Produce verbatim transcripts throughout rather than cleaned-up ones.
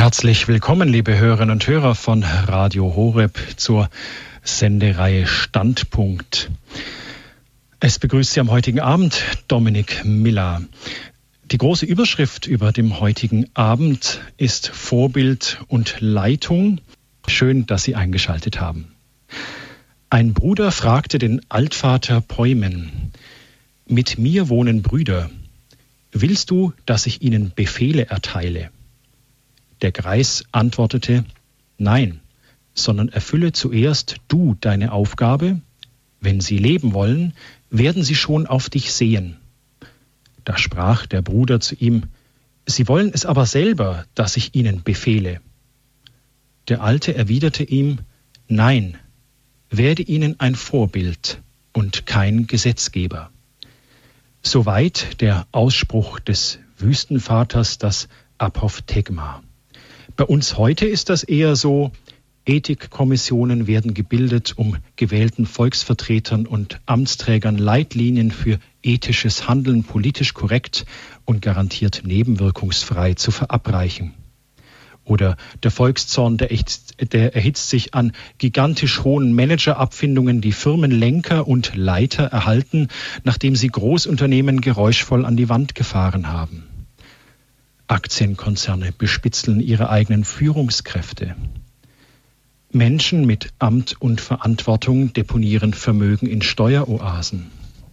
Herzlich willkommen, liebe Hörerinnen und Hörer von Radio Horeb zur Sendereihe Standpunkt. Es begrüßt Sie am heutigen Abend Dominik Miller. Die große Überschrift über dem heutigen Abend ist Vorbild und Leitung. Schön, dass Sie eingeschaltet haben. Ein Bruder fragte den Altvater Peumen: Mit mir wohnen Brüder. Willst du, dass ich ihnen Befehle erteile? Der Greis antwortete: Nein, sondern erfülle zuerst du deine Aufgabe. Wenn sie leben wollen, werden sie schon auf dich sehen. Da sprach der Bruder zu ihm: Sie wollen es aber selber, dass ich ihnen befehle. Der Alte erwiderte ihm: Nein, werde ihnen ein Vorbild und kein Gesetzgeber. Soweit der Ausspruch des Wüstenvaters, das Apophthegma. Bei uns heute ist das eher so: Ethikkommissionen werden gebildet, um gewählten Volksvertretern und Amtsträgern Leitlinien für ethisches Handeln politisch korrekt und garantiert nebenwirkungsfrei zu verabreichen. Oder der Volkszorn, der, echt, der erhitzt sich an gigantisch hohen Managerabfindungen, die Firmenlenker und Leiter erhalten, nachdem sie Großunternehmen geräuschvoll an die Wand gefahren haben. Aktienkonzerne bespitzeln ihre eigenen Führungskräfte. Menschen mit Amt und Verantwortung deponieren Vermögen in Steueroasen.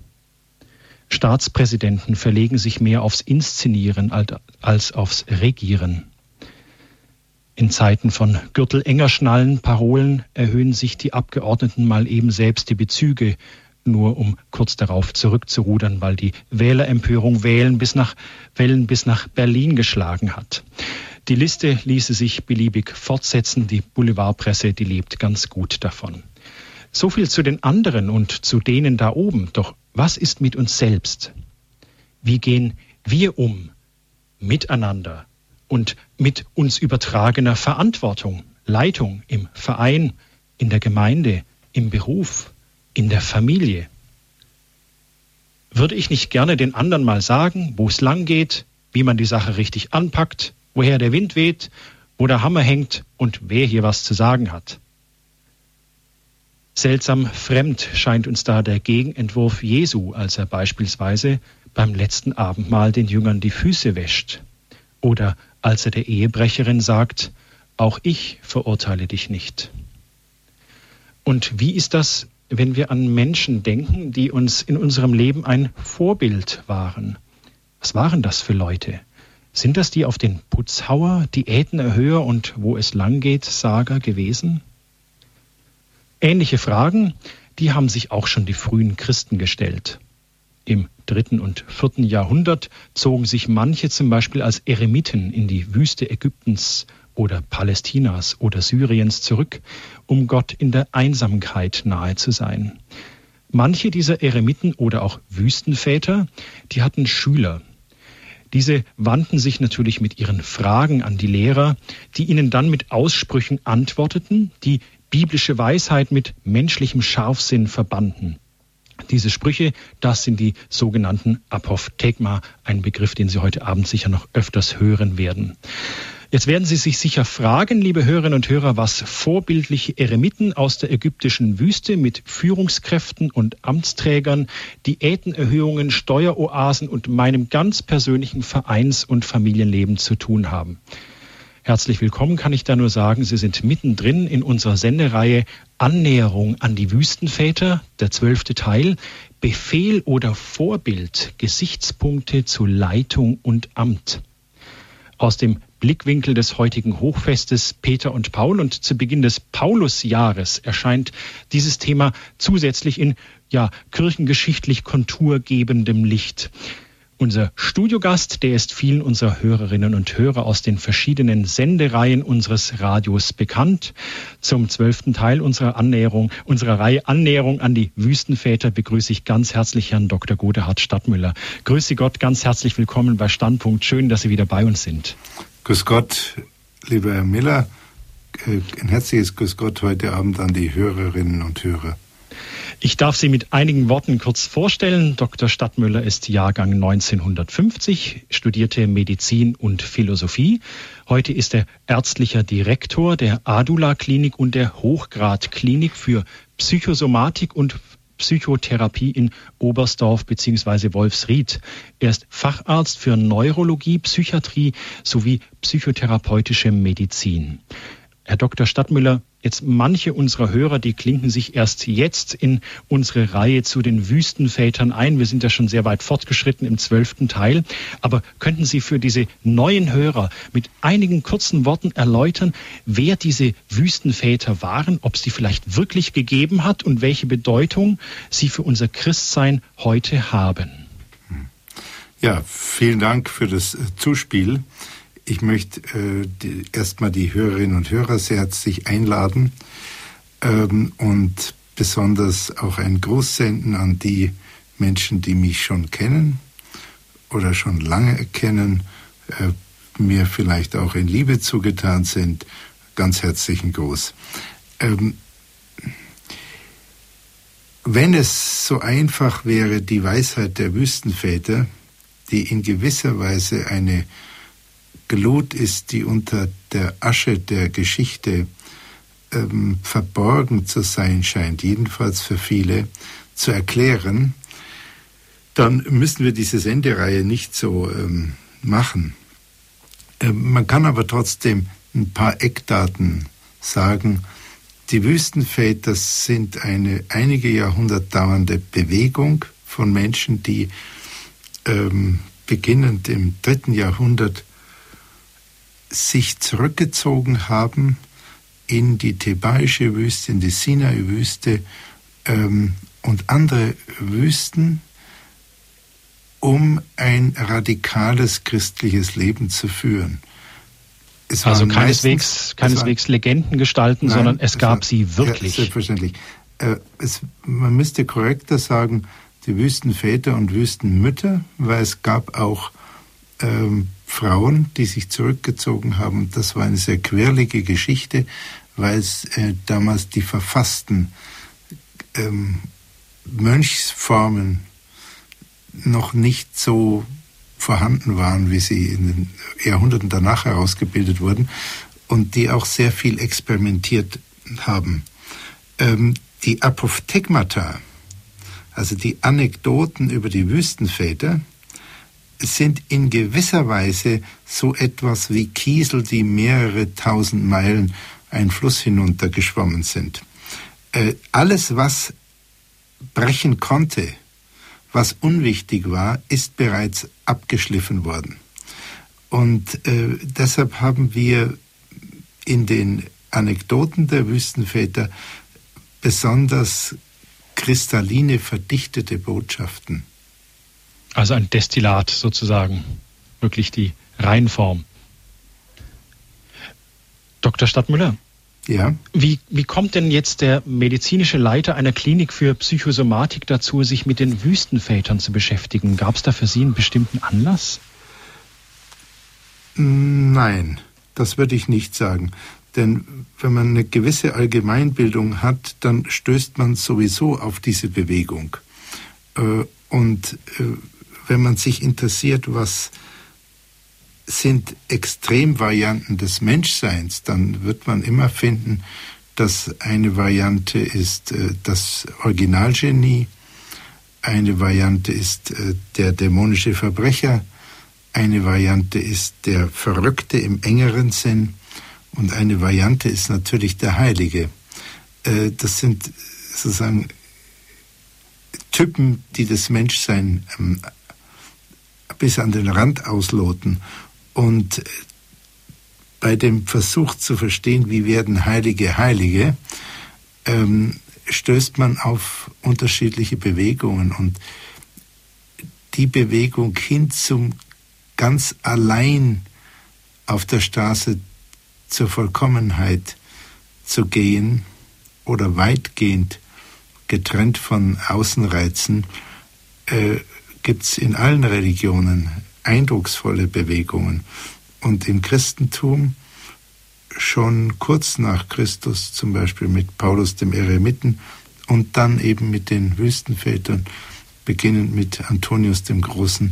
Staatspräsidenten verlegen sich mehr aufs Inszenieren als aufs Regieren. In Zeiten von Gürtel-enger Schnallen-Parolen erhöhen sich die Abgeordneten mal eben selbst die Bezüge, nur um kurz darauf zurückzurudern, weil die Wählerempörung Wählen bis nach, Wellen bis nach Berlin geschlagen hat. Die Liste ließe sich beliebig fortsetzen, die Boulevardpresse, die lebt ganz gut davon. So viel zu den anderen und zu denen da oben. Doch was ist mit uns selbst? Wie gehen wir um miteinander und mit uns übertragener Verantwortung, Leitung im Verein, in der Gemeinde, im Beruf, in der Familie? Würde ich nicht gerne den anderen mal sagen, wo es lang geht, wie man die Sache richtig anpackt, woher der Wind weht, wo der Hammer hängt und wer hier was zu sagen hat? Seltsam fremd scheint uns da der Gegenentwurf Jesu, als er beispielsweise beim letzten Abendmahl den Jüngern die Füße wäscht. Oder als er der Ehebrecherin sagt: Auch ich verurteile dich nicht. Und wie ist das, wenn wir an Menschen denken, die uns in unserem Leben ein Vorbild waren? Was waren das für Leute? Sind das die auf den Putzhauer, Diätenerhöher und wo es lang geht, Sager gewesen? Ähnliche Fragen, die haben sich auch schon die frühen Christen gestellt. Im dritten und vierten Jahrhundert zogen sich manche zum Beispiel als Eremiten in die Wüste Ägyptens oder Palästinas oder Syriens zurück, um Gott in der Einsamkeit nahe zu sein. Manche dieser Eremiten oder auch Wüstenväter, die hatten Schüler. Diese wandten sich natürlich mit ihren Fragen an die Lehrer, die ihnen dann mit Aussprüchen antworteten, die biblische Weisheit mit menschlichem Scharfsinn verbanden. Diese Sprüche, das sind die sogenannten Apophthegma, ein Begriff, den Sie heute Abend sicher noch öfters hören werden. Jetzt werden Sie sich sicher fragen, liebe Hörerinnen und Hörer, was vorbildliche Eremiten aus der ägyptischen Wüste mit Führungskräften und Amtsträgern, Diätenerhöhungen, Steueroasen und meinem ganz persönlichen Vereins- und Familienleben zu tun haben. Herzlich willkommen kann ich da nur sagen, Sie sind mittendrin in unserer Sendereihe Annäherung an die Wüstenväter, der zwölfte Teil, Befehl oder Vorbild, Gesichtspunkte zu Leitung und Amt. Aus dem Blickwinkel des heutigen Hochfestes Peter und Paul und zu Beginn des Paulusjahres erscheint dieses Thema zusätzlich in ja, kirchengeschichtlich konturgebendem Licht. Unser Studiogast, der ist vielen unserer Hörerinnen und Hörer aus den verschiedenen Sendereihen unseres Radios bekannt. Zum zwölften Teil unserer Annäherung, unserer Reihe Annäherung an die Wüstenväter begrüße ich ganz herzlich Herrn Doktor Godehard Stadtmüller. Grüße Gott, ganz herzlich willkommen bei Standpunkt. Schön, dass Sie wieder bei uns sind. Grüß Gott, lieber Herr Miller. Ein herzliches Grüß Gott heute Abend an die Hörerinnen und Hörer. Ich darf Sie mit einigen Worten kurz vorstellen. Doktor Stadtmüller ist Jahrgang neunzehnhundertfünfzig, studierte Medizin und Philosophie. Heute ist er ärztlicher Direktor der Adula-Klinik und der Hochgrad-Klinik für Psychosomatik und Psychotherapie in Oberstdorf bzw. Wolfsried. Er ist Facharzt für Neurologie, Psychiatrie sowie psychotherapeutische Medizin. Herr Doktor Stadtmüller, jetzt manche unserer Hörer, die klinken sich erst jetzt in unsere Reihe zu den Wüstenvätern ein. Wir sind ja schon sehr weit fortgeschritten im zwölften Teil. Aber könnten Sie für diese neuen Hörer mit einigen kurzen Worten erläutern, wer diese Wüstenväter waren, ob es die vielleicht wirklich gegeben hat und welche Bedeutung sie für unser Christsein heute haben? Ja, vielen Dank für das Zuspiel. Ich möchte äh, die, erstmal die Hörerinnen und Hörer sehr herzlich einladen ähm, und besonders auch einen Gruß senden an die Menschen, die mich schon kennen oder schon lange kennen, äh, mir vielleicht auch in Liebe zugetan sind. Ganz herzlichen Gruß. Ähm, wenn es so einfach wäre, die Weisheit der Wüstenväter, die in gewisser Weise eine Glut ist, die unter der Asche der Geschichte ähm, verborgen zu sein scheint, jedenfalls für viele, zu erklären, dann müssen wir diese Sendereihe nicht so ähm, machen. Ähm, man kann aber trotzdem ein paar Eckdaten sagen. Die Wüstenväter sind eine einige Jahrhundert dauernde Bewegung von Menschen, die ähm, beginnend im dritten Jahrhundert sich zurückgezogen haben in die thebaische Wüste, in die Sinai-Wüste ähm, und andere Wüsten, um ein radikales christliches Leben zu führen. Es also keineswegs, meistens, keineswegs war, Legenden gestalten, nein, sondern es gab war, sie wirklich. Ja, selbstverständlich. Äh, es, man müsste korrekter sagen, die Wüstenväter und Wüstenmütter, weil es gab auch ähm, Frauen, die sich zurückgezogen haben. Das war eine sehr quirlige Geschichte, weil es äh, damals die verfassten ähm, Mönchsformen noch nicht so vorhanden waren, wie sie in den Jahrhunderten danach herausgebildet wurden und die auch sehr viel experimentiert haben. Ähm, die Apophthegmata, also die Anekdoten über die Wüstenväter, sind in gewisser Weise so etwas wie Kiesel, die mehrere tausend Meilen einen Fluss hinunter geschwommen sind. Äh, alles, was brechen konnte, was unwichtig war, ist bereits abgeschliffen worden. Und äh, deshalb haben wir in den Anekdoten der Wüstenväter besonders kristalline, verdichtete Botschaften. Also ein Destillat sozusagen, wirklich die Reinform. Doktor Stadtmüller, ja? Wie, wie kommt denn jetzt der medizinische Leiter einer Klinik für Psychosomatik dazu, sich mit den Wüstenvätern zu beschäftigen? Gab es da für Sie einen bestimmten Anlass? Nein, das würde ich nicht sagen. Denn wenn man eine gewisse Allgemeinbildung hat, dann stößt man sowieso auf diese Bewegung. Und wenn man sich interessiert, was sind Extremvarianten des Menschseins, dann wird man immer finden, dass eine Variante ist äh, das Originalgenie, eine Variante ist äh, der dämonische Verbrecher, eine Variante ist der Verrückte im engeren Sinn und eine Variante ist natürlich der Heilige. Äh, das sind sozusagen Typen, die das Menschsein ähm, bis an den Rand ausloten. Und bei dem Versuch zu verstehen, wie werden Heilige Heilige, ähm, stößt man auf unterschiedliche Bewegungen. Und die Bewegung hin zum ganz allein auf der Straße zur Vollkommenheit zu gehen oder weitgehend getrennt von Außenreizen, äh, gibt es in allen Religionen eindrucksvolle Bewegungen. Und im Christentum schon kurz nach Christus, zum Beispiel mit Paulus dem Eremiten und dann eben mit den Wüstenvätern, beginnend mit Antonius dem Großen,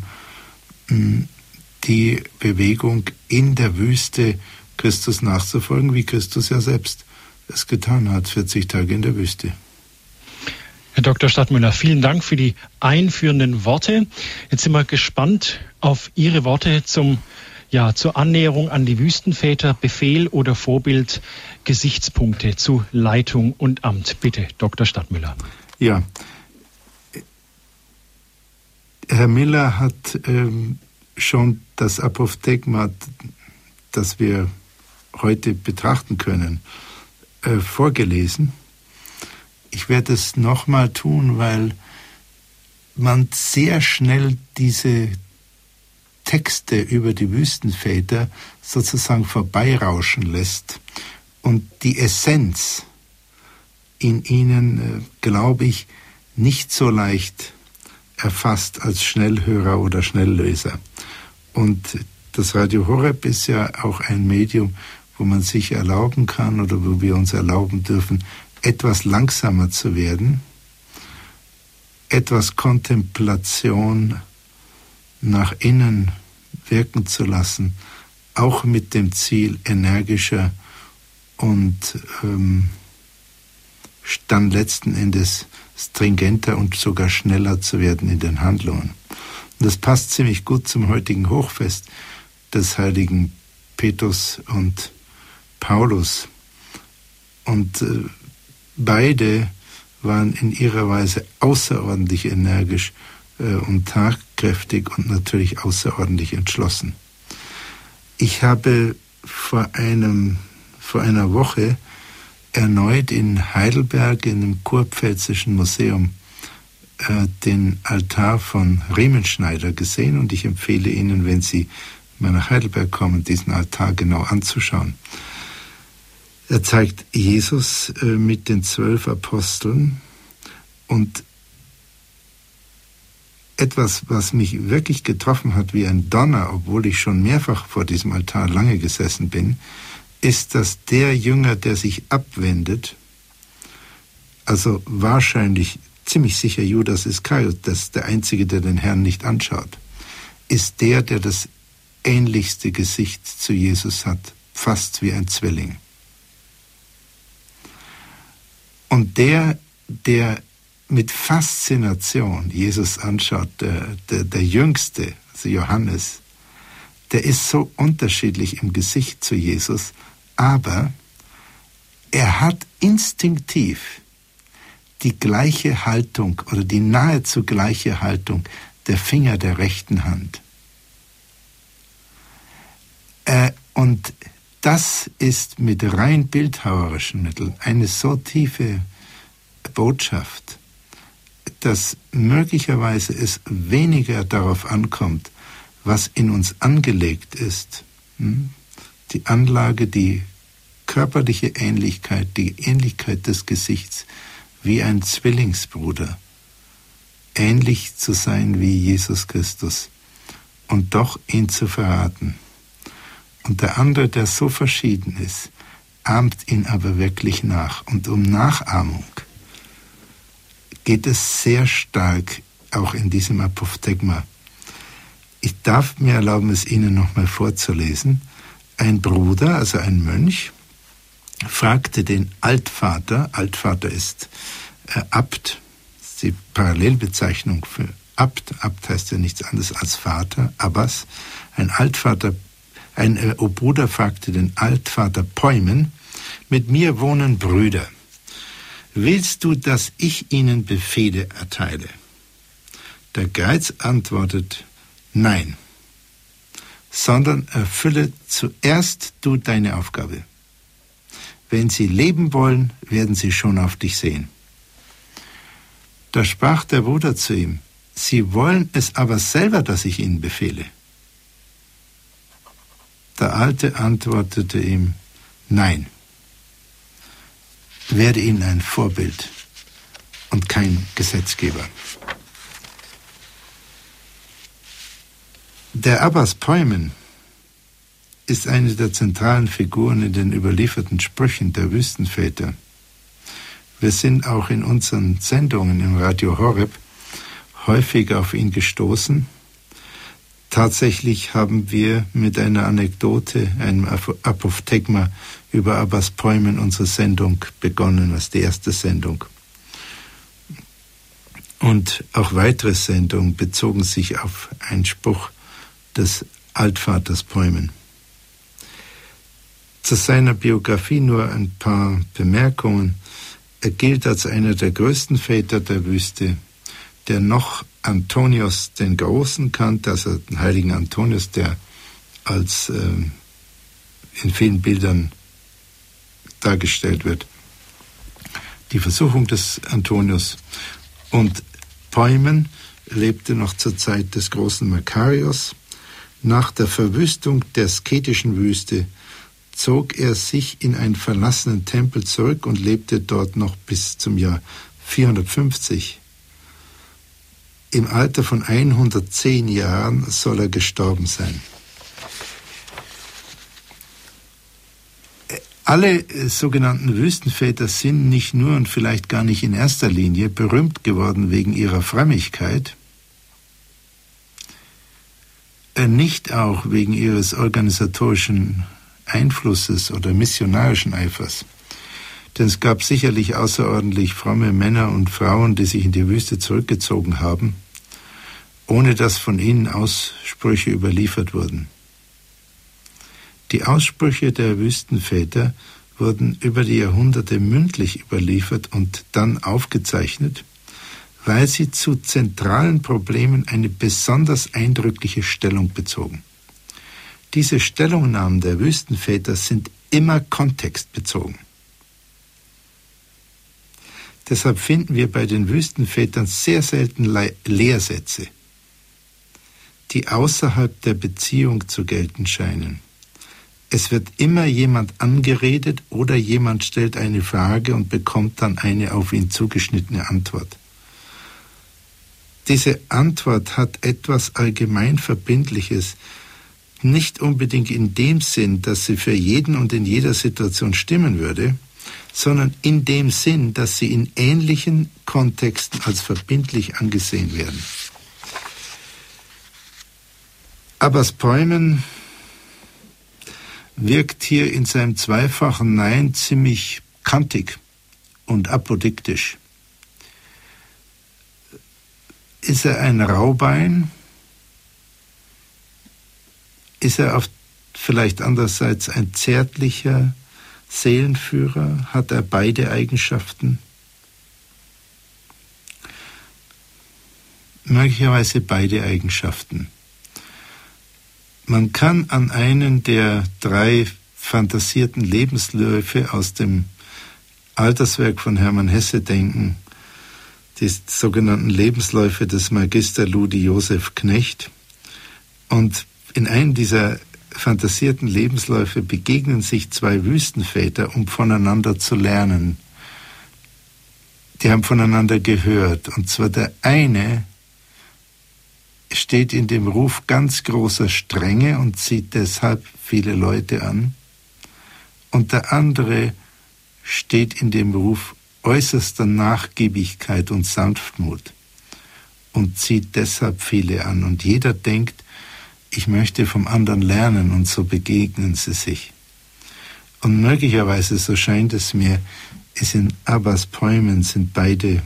die Bewegung in der Wüste Christus nachzufolgen, wie Christus ja selbst es getan hat, vierzig Tage in der Wüste. Herr Doktor Stadtmüller, vielen Dank für die einführenden Worte. Jetzt sind wir gespannt auf Ihre Worte zum, ja, zur Annäherung an die Wüstenväter, Befehl oder Vorbild, Gesichtspunkte zu Leitung und Amt. Bitte, Doktor Stadtmüller. Ja, Herr Miller hat ähm, schon das Apophthegma, das wir heute betrachten können, äh, vorgelesen. Ich werde es nochmal tun, weil man sehr schnell diese Texte über die Wüstenväter sozusagen vorbeirauschen lässt und die Essenz in ihnen, äh, glaube ich, nicht so leicht erfasst als Schnellhörer oder Schnellleser. Und das Radio Horeb ist ja auch ein Medium, wo man sich erlauben kann oder wo wir uns erlauben dürfen, etwas langsamer zu werden, etwas Kontemplation nach innen wirken zu lassen, auch mit dem Ziel energischer und ähm, dann letzten Endes stringenter und sogar schneller zu werden in den Handlungen. Und das passt ziemlich gut zum heutigen Hochfest des heiligen Petrus und Paulus. Und äh, beide waren in ihrer Weise außerordentlich energisch äh, und tatkräftig und natürlich außerordentlich entschlossen. Ich habe vor einem, vor einer Woche erneut in Heidelberg in dem Kurpfälzischen Museum äh, den Altar von Riemenschneider gesehen und ich empfehle Ihnen, wenn Sie mal nach Heidelberg kommen, diesen Altar genau anzuschauen. Er zeigt Jesus äh, mit den zwölf Aposteln und etwas, was mich wirklich getroffen hat wie ein Donner, obwohl ich schon mehrfach vor diesem Altar lange gesessen bin, ist, dass der Jünger, der sich abwendet, also wahrscheinlich, ziemlich sicher Judas Iskariot, das ist der Einzige, der den Herrn nicht anschaut, ist der, der das ähnlichste Gesicht zu Jesus hat, fast wie ein Zwilling. Und der, der mit Faszination Jesus anschaut, der, der, der Jüngste, also Johannes, der ist so unterschiedlich im Gesicht zu Jesus, aber er hat instinktiv die gleiche Haltung oder die nahezu gleiche Haltung der Finger der rechten Hand. Äh, und das ist mit rein bildhauerischen Mitteln eine so tiefe Botschaft, dass möglicherweise es weniger darauf ankommt, was in uns angelegt ist. Die Anlage, die körperliche Ähnlichkeit, die Ähnlichkeit des Gesichts, wie ein Zwillingsbruder, ähnlich zu sein wie Jesus Christus und doch ihn zu verraten. Und der andere, der so verschieden ist, ahmt ihn aber wirklich nach. Und um Nachahmung geht es sehr stark auch in diesem Apophthegma. Ich darf mir erlauben, es Ihnen nochmal vorzulesen. Ein Bruder, also ein Mönch, fragte den Altvater, Altvater ist äh, Abt, das ist die Parallelbezeichnung für Abt, Abt heißt ja nichts anderes als Vater, Abbas, ein Altvater, ein äh, O Bruder fragte den Altvater Peumen, mit mir wohnen Brüder, willst du, dass ich ihnen Befehle erteile? Der Geiz antwortet, nein, sondern erfülle zuerst du deine Aufgabe. Wenn sie leben wollen, werden sie schon auf dich sehen. Da sprach der Bruder zu ihm, sie wollen es aber selber, dass ich ihnen befehle. Der Alte antwortete ihm, nein, werde ihnen ein Vorbild und kein Gesetzgeber. Der Abbas Peumen ist eine der zentralen Figuren in den überlieferten Sprüchen der Wüstenväter. Wir sind auch in unseren Sendungen im Radio Horeb häufig auf ihn gestoßen. Tatsächlich haben wir mit einer Anekdote, einem Apophthegma über Abbas Poimen unsere Sendung begonnen, als die erste Sendung. Und auch weitere Sendungen bezogen sich auf einen Spruch des Altvaters Poimen. Zu seiner Biografie nur ein paar Bemerkungen. Er gilt als einer der größten Väter der Wüste, der noch Antonius den Großen kannte, also den heiligen Antonius, der als äh, in vielen Bildern dargestellt wird. Die Versuchung des Antonius. Und Poimen lebte noch zur Zeit des großen Makarios. Nach der Verwüstung der sketischen Wüste zog er sich in einen verlassenen Tempel zurück und lebte dort noch bis zum Jahr vierhundertfünfzig. Im Alter von hundertzehn Jahren soll er gestorben sein. Alle sogenannten Wüstenväter sind nicht nur und vielleicht gar nicht in erster Linie berühmt geworden wegen ihrer Frömmigkeit, nicht auch wegen ihres organisatorischen Einflusses oder missionarischen Eifers. Denn es gab sicherlich außerordentlich fromme Männer und Frauen, die sich in die Wüste zurückgezogen haben, ohne dass von ihnen Aussprüche überliefert wurden. Die Aussprüche der Wüstenväter wurden über die Jahrhunderte mündlich überliefert und dann aufgezeichnet, weil sie zu zentralen Problemen eine besonders eindrückliche Stellung bezogen. Diese Stellungnahmen der Wüstenväter sind immer kontextbezogen. Deshalb finden wir bei den Wüstenvätern sehr selten Le- Lehrsätze, die außerhalb der Beziehung zu gelten scheinen. Es wird immer jemand angeredet oder jemand stellt eine Frage und bekommt dann eine auf ihn zugeschnittene Antwort. Diese Antwort hat etwas Allgemeinverbindliches, nicht unbedingt in dem Sinn, dass sie für jeden und in jeder Situation stimmen würde, sondern in dem Sinn, dass sie in ähnlichen Kontexten als verbindlich angesehen werden. Abbas Poimen wirkt hier in seinem zweifachen Nein ziemlich kantig und apodiktisch. Ist er ein Raubein? Ist er auf, vielleicht andererseits ein zärtlicher Seelenführer? Hat er beide Eigenschaften? Möglicherweise beide Eigenschaften. Man kann an einen der drei fantasierten Lebensläufe aus dem Alterswerk von Hermann Hesse denken, die sogenannten Lebensläufe des Magister Ludi Josef Knecht. Und in einem dieser fantasierten Lebensläufe begegnen sich zwei Wüstenväter, um voneinander zu lernen. Die haben voneinander gehört. Und zwar der eine steht in dem Ruf ganz großer Strenge und zieht deshalb viele Leute an. Und der andere steht in dem Ruf äußerster Nachgiebigkeit und Sanftmut und zieht deshalb viele an. Und jeder denkt, ich möchte vom anderen lernen, und so begegnen sie sich. Und möglicherweise, so scheint es mir, ist in Abbas Poimen sind beide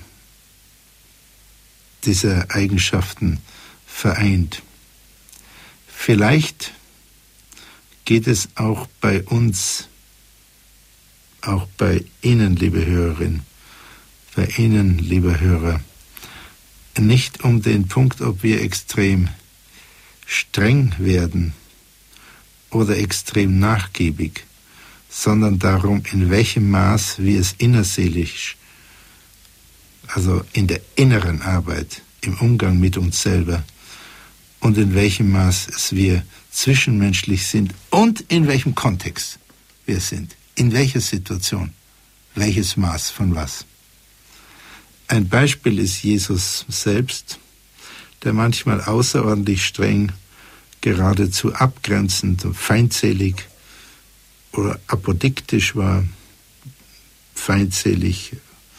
dieser Eigenschaften vereint. Vielleicht geht es auch bei uns, auch bei Ihnen, liebe Hörerin, bei Ihnen, lieber Hörer, nicht um den Punkt, ob wir extrem streng werden oder extrem nachgiebig, sondern darum, in welchem Maß wir es innerseelisch, also in der inneren Arbeit, im Umgang mit uns selber, und in welchem Maß es wir zwischenmenschlich sind und in welchem Kontext wir sind, in welcher Situation, welches Maß von was. Ein Beispiel ist Jesus selbst, der manchmal außerordentlich streng, geradezu abgrenzend und feindselig oder apodiktisch war, feindselig,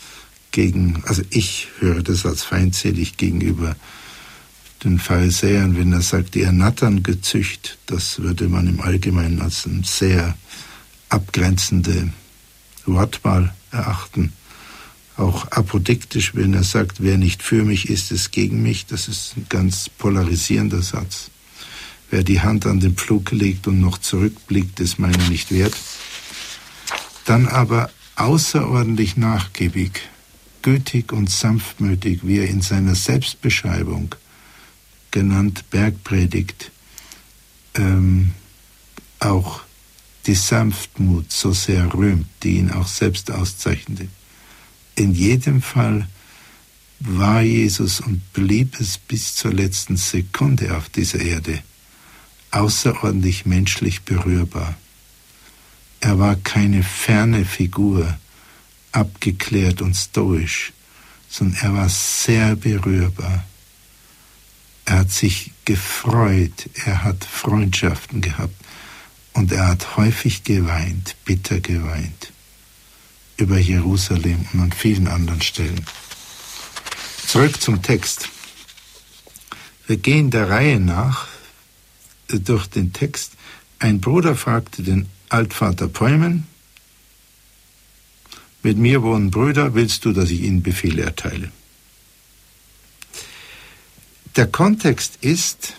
gegen, also ich höre das als feindselig gegenüber den Pharisäern, wenn er sagt, ihr Natterngezücht, das würde man im Allgemeinen als eine sehr abgrenzende Wortwahl erachten. Auch apodiktisch, wenn er sagt, wer nicht für mich ist, ist gegen mich, das ist ein ganz polarisierender Satz. Wer die Hand an den Pflug legt und noch zurückblickt, ist meiner nicht wert. Dann aber außerordentlich nachgiebig, gütig und sanftmütig, wie er in seiner Selbstbeschreibung, genannt Bergpredigt, ähm, auch die Sanftmut so sehr rühmt, die ihn auch selbst auszeichnete. In jedem Fall war Jesus und blieb es bis zur letzten Sekunde auf dieser Erde außerordentlich menschlich berührbar. Er war keine ferne Figur, abgeklärt und stoisch, sondern er war sehr berührbar. Er hat sich gefreut, er hat Freundschaften gehabt und er hat häufig geweint, bitter geweint, über Jerusalem und an vielen anderen Stellen. Zurück zum Text. Wir gehen der Reihe nach durch den Text. Ein Bruder fragte den Altvater Peumen, mit mir wohnen Brüder, willst du, dass ich ihnen Befehle erteile? Der Kontext ist,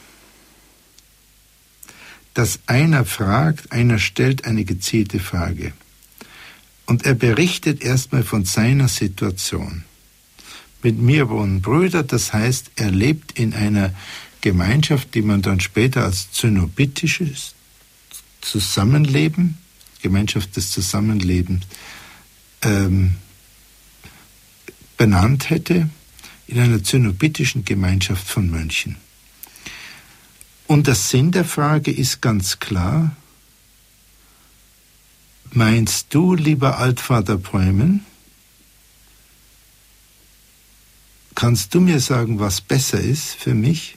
dass einer fragt, einer stellt eine gezielte Frage. Und er berichtet erstmal von seiner Situation. Mit mir wohnen Brüder, das heißt, er lebt in einer Gemeinschaft, die man dann später als zynobitisches Zusammenleben, Gemeinschaft des Zusammenlebens, ähm, benannt hätte, in einer zynobitischen Gemeinschaft von Mönchen. Und der Sinn der Frage ist ganz klar: Meinst du, lieber Altvater Peumen, kannst du mir sagen, was besser ist für mich?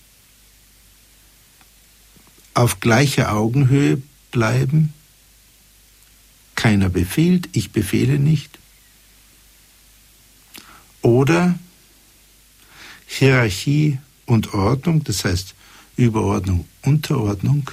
Auf gleicher Augenhöhe bleiben? Keiner befiehlt, ich befehle nicht. Oder Hierarchie und Ordnung, das heißt Überordnung, Unterordnung.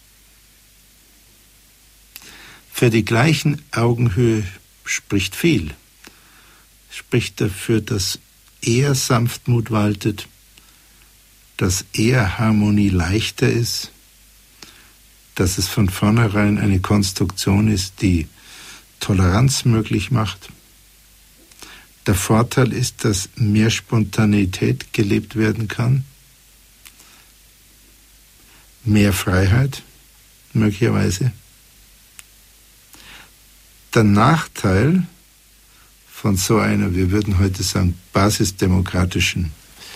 Für die gleichen Augenhöhe spricht viel. Spricht dafür, dass eher Sanftmut waltet, dass eher Harmonie leichter ist, dass es von vornherein eine Konstruktion ist, die Toleranz möglich macht. Der Vorteil ist, dass mehr Spontaneität gelebt werden kann, mehr Freiheit möglicherweise. Der Nachteil von so einer, wir würden heute sagen, basisdemokratischen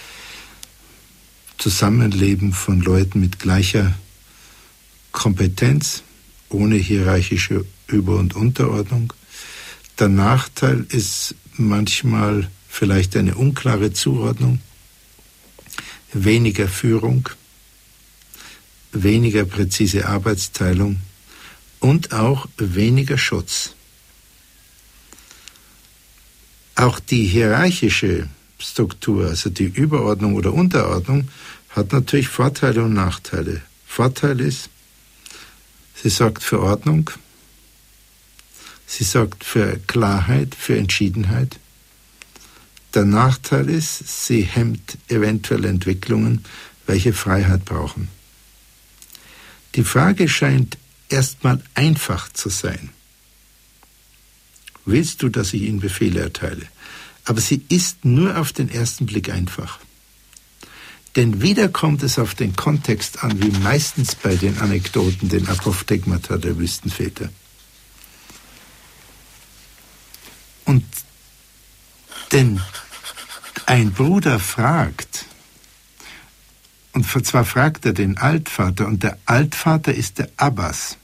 Zusammenleben von Leuten mit gleicher Kompetenz, ohne hierarchische Über- und Unterordnung. Der Nachteil ist manchmal vielleicht eine unklare Zuordnung, weniger Führung, weniger präzise Arbeitsteilung und auch weniger Schutz. Auch die hierarchische Struktur, also die Überordnung oder Unterordnung, hat natürlich Vorteile und Nachteile. Vorteil ist, sie sorgt für Ordnung, sie sorgt für Klarheit, für Entschiedenheit. Der Nachteil ist, sie hemmt eventuelle Entwicklungen, welche Freiheit brauchen. Die Frage scheint erstmal einfach zu sein. Willst du, dass ich Ihnen Befehle erteile? Aber sie ist nur auf den ersten Blick einfach. Denn wieder kommt es auf den Kontext an, wie meistens bei den Anekdoten, den Apophthegmata der Wüstenväter. Und denn ein Bruder fragt, und zwar fragt er den Altvater, und der Altvater ist der Abbas.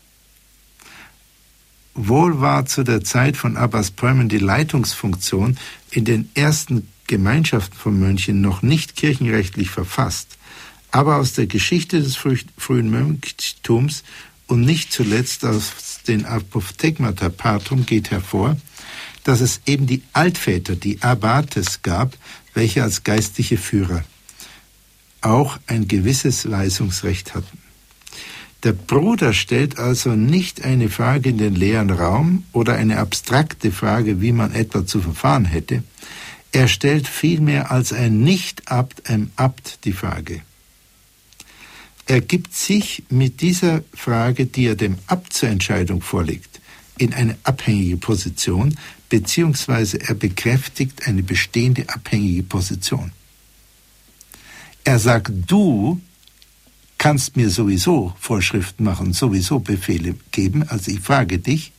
Wohl war zu der Zeit von Abbas Peumen die Leitungsfunktion in den ersten Gemeinschaften von Mönchen noch nicht kirchenrechtlich verfasst, aber aus der Geschichte des frühen Mönchtums und nicht zuletzt aus den Apophthegmata Patrum geht hervor, dass es eben die Altväter, die Abbates gab, welche als geistliche Führer auch ein gewisses Weisungsrecht hatten. Der Bruder stellt also nicht eine Frage in den leeren Raum oder eine abstrakte Frage, wie man etwa zu verfahren hätte. Er stellt vielmehr als ein Nicht-Abt einem Abt die Frage. Er gibt sich mit dieser Frage, die er dem Abt zur Entscheidung vorlegt, in eine abhängige Position, beziehungsweise er bekräftigt eine bestehende abhängige Position. Er sagt, du kannst mir sowieso Vorschriften machen, sowieso Befehle geben, also ich frage dich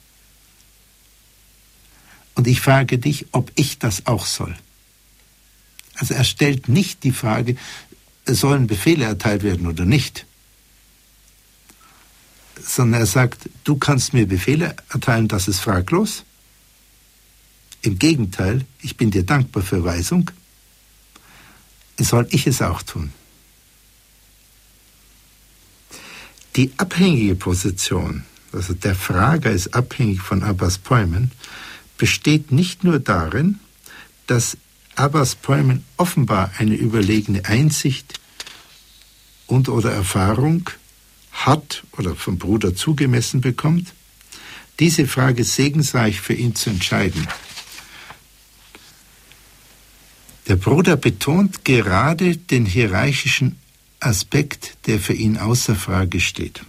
und ich frage dich, ob ich das auch soll. Also er stellt nicht die Frage, sollen Befehle erteilt werden oder nicht, sondern er sagt, du kannst mir Befehle erteilen, das ist fraglos. Im Gegenteil, ich bin dir dankbar für Weisung, soll ich es auch tun. Die abhängige Position, also der Frager ist abhängig von Abbas Poimen, besteht nicht nur darin, dass Abbas Poimen offenbar eine überlegene Einsicht und oder Erfahrung hat oder vom Bruder zugemessen bekommt, diese Frage segensreich für ihn zu entscheiden. Der Bruder betont gerade den hierarchischen Aspekt, der für ihn außer Frage steht.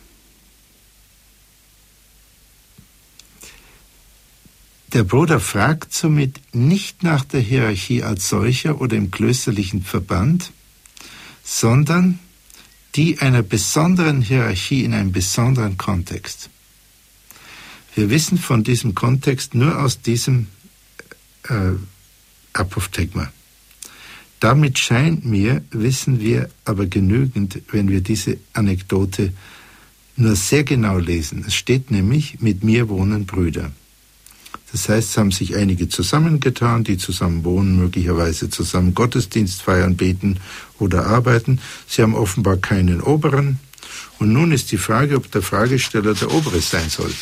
Der Bruder fragt somit nicht nach der Hierarchie als solcher oder im klösterlichen Verband, sondern die einer besonderen Hierarchie in einem besonderen Kontext. Wir wissen von diesem Kontext nur aus diesem äh, Apophthegma. Damit scheint mir, wissen wir aber genügend, wenn wir diese Anekdote nur sehr genau lesen. Es steht nämlich, mit mir wohnen Brüder. Das heißt, es haben sich einige zusammengetan, die zusammen wohnen, möglicherweise zusammen Gottesdienst feiern, beten oder arbeiten. Sie haben offenbar keinen Oberen. Und nun ist die Frage, ob der Fragesteller der Obere sein soll.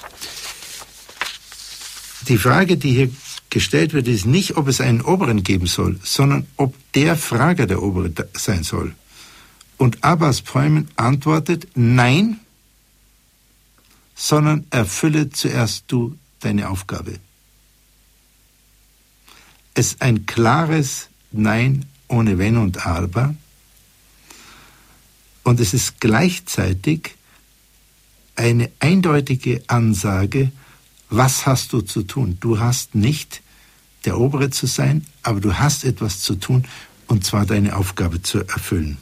Die Frage, die hier gestellt wird, ist nicht, ob es einen Oberen geben soll, sondern ob der Frager der Obere sein soll. Und Abbas Poimen antwortet, nein, sondern erfülle zuerst du deine Aufgabe. Es ist ein klares Nein ohne Wenn und Aber. Und es ist gleichzeitig eine eindeutige Ansage, was hast du zu tun? Du hast nicht der Obere zu sein, aber du hast etwas zu tun, und zwar deine Aufgabe zu erfüllen.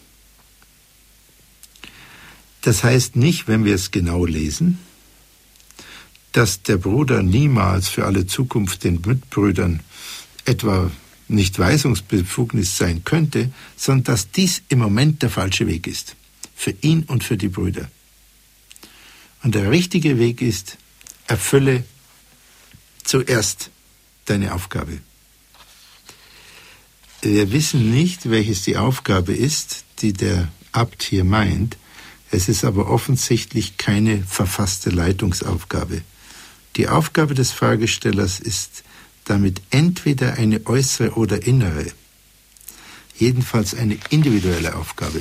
Das heißt nicht, wenn wir es genau lesen, dass der Bruder niemals für alle Zukunft den Mitbrüdern etwa nicht Weisungsbefugnis sein könnte, sondern dass dies im Moment der falsche Weg ist, für ihn und für die Brüder. Und der richtige Weg ist, erfülle zuerst deine Aufgabe. Wir wissen nicht, welches die Aufgabe ist, die der Abt hier meint. Es ist aber offensichtlich keine verfasste Leitungsaufgabe. Die Aufgabe des Fragestellers ist damit entweder eine äußere oder innere, jedenfalls eine individuelle Aufgabe.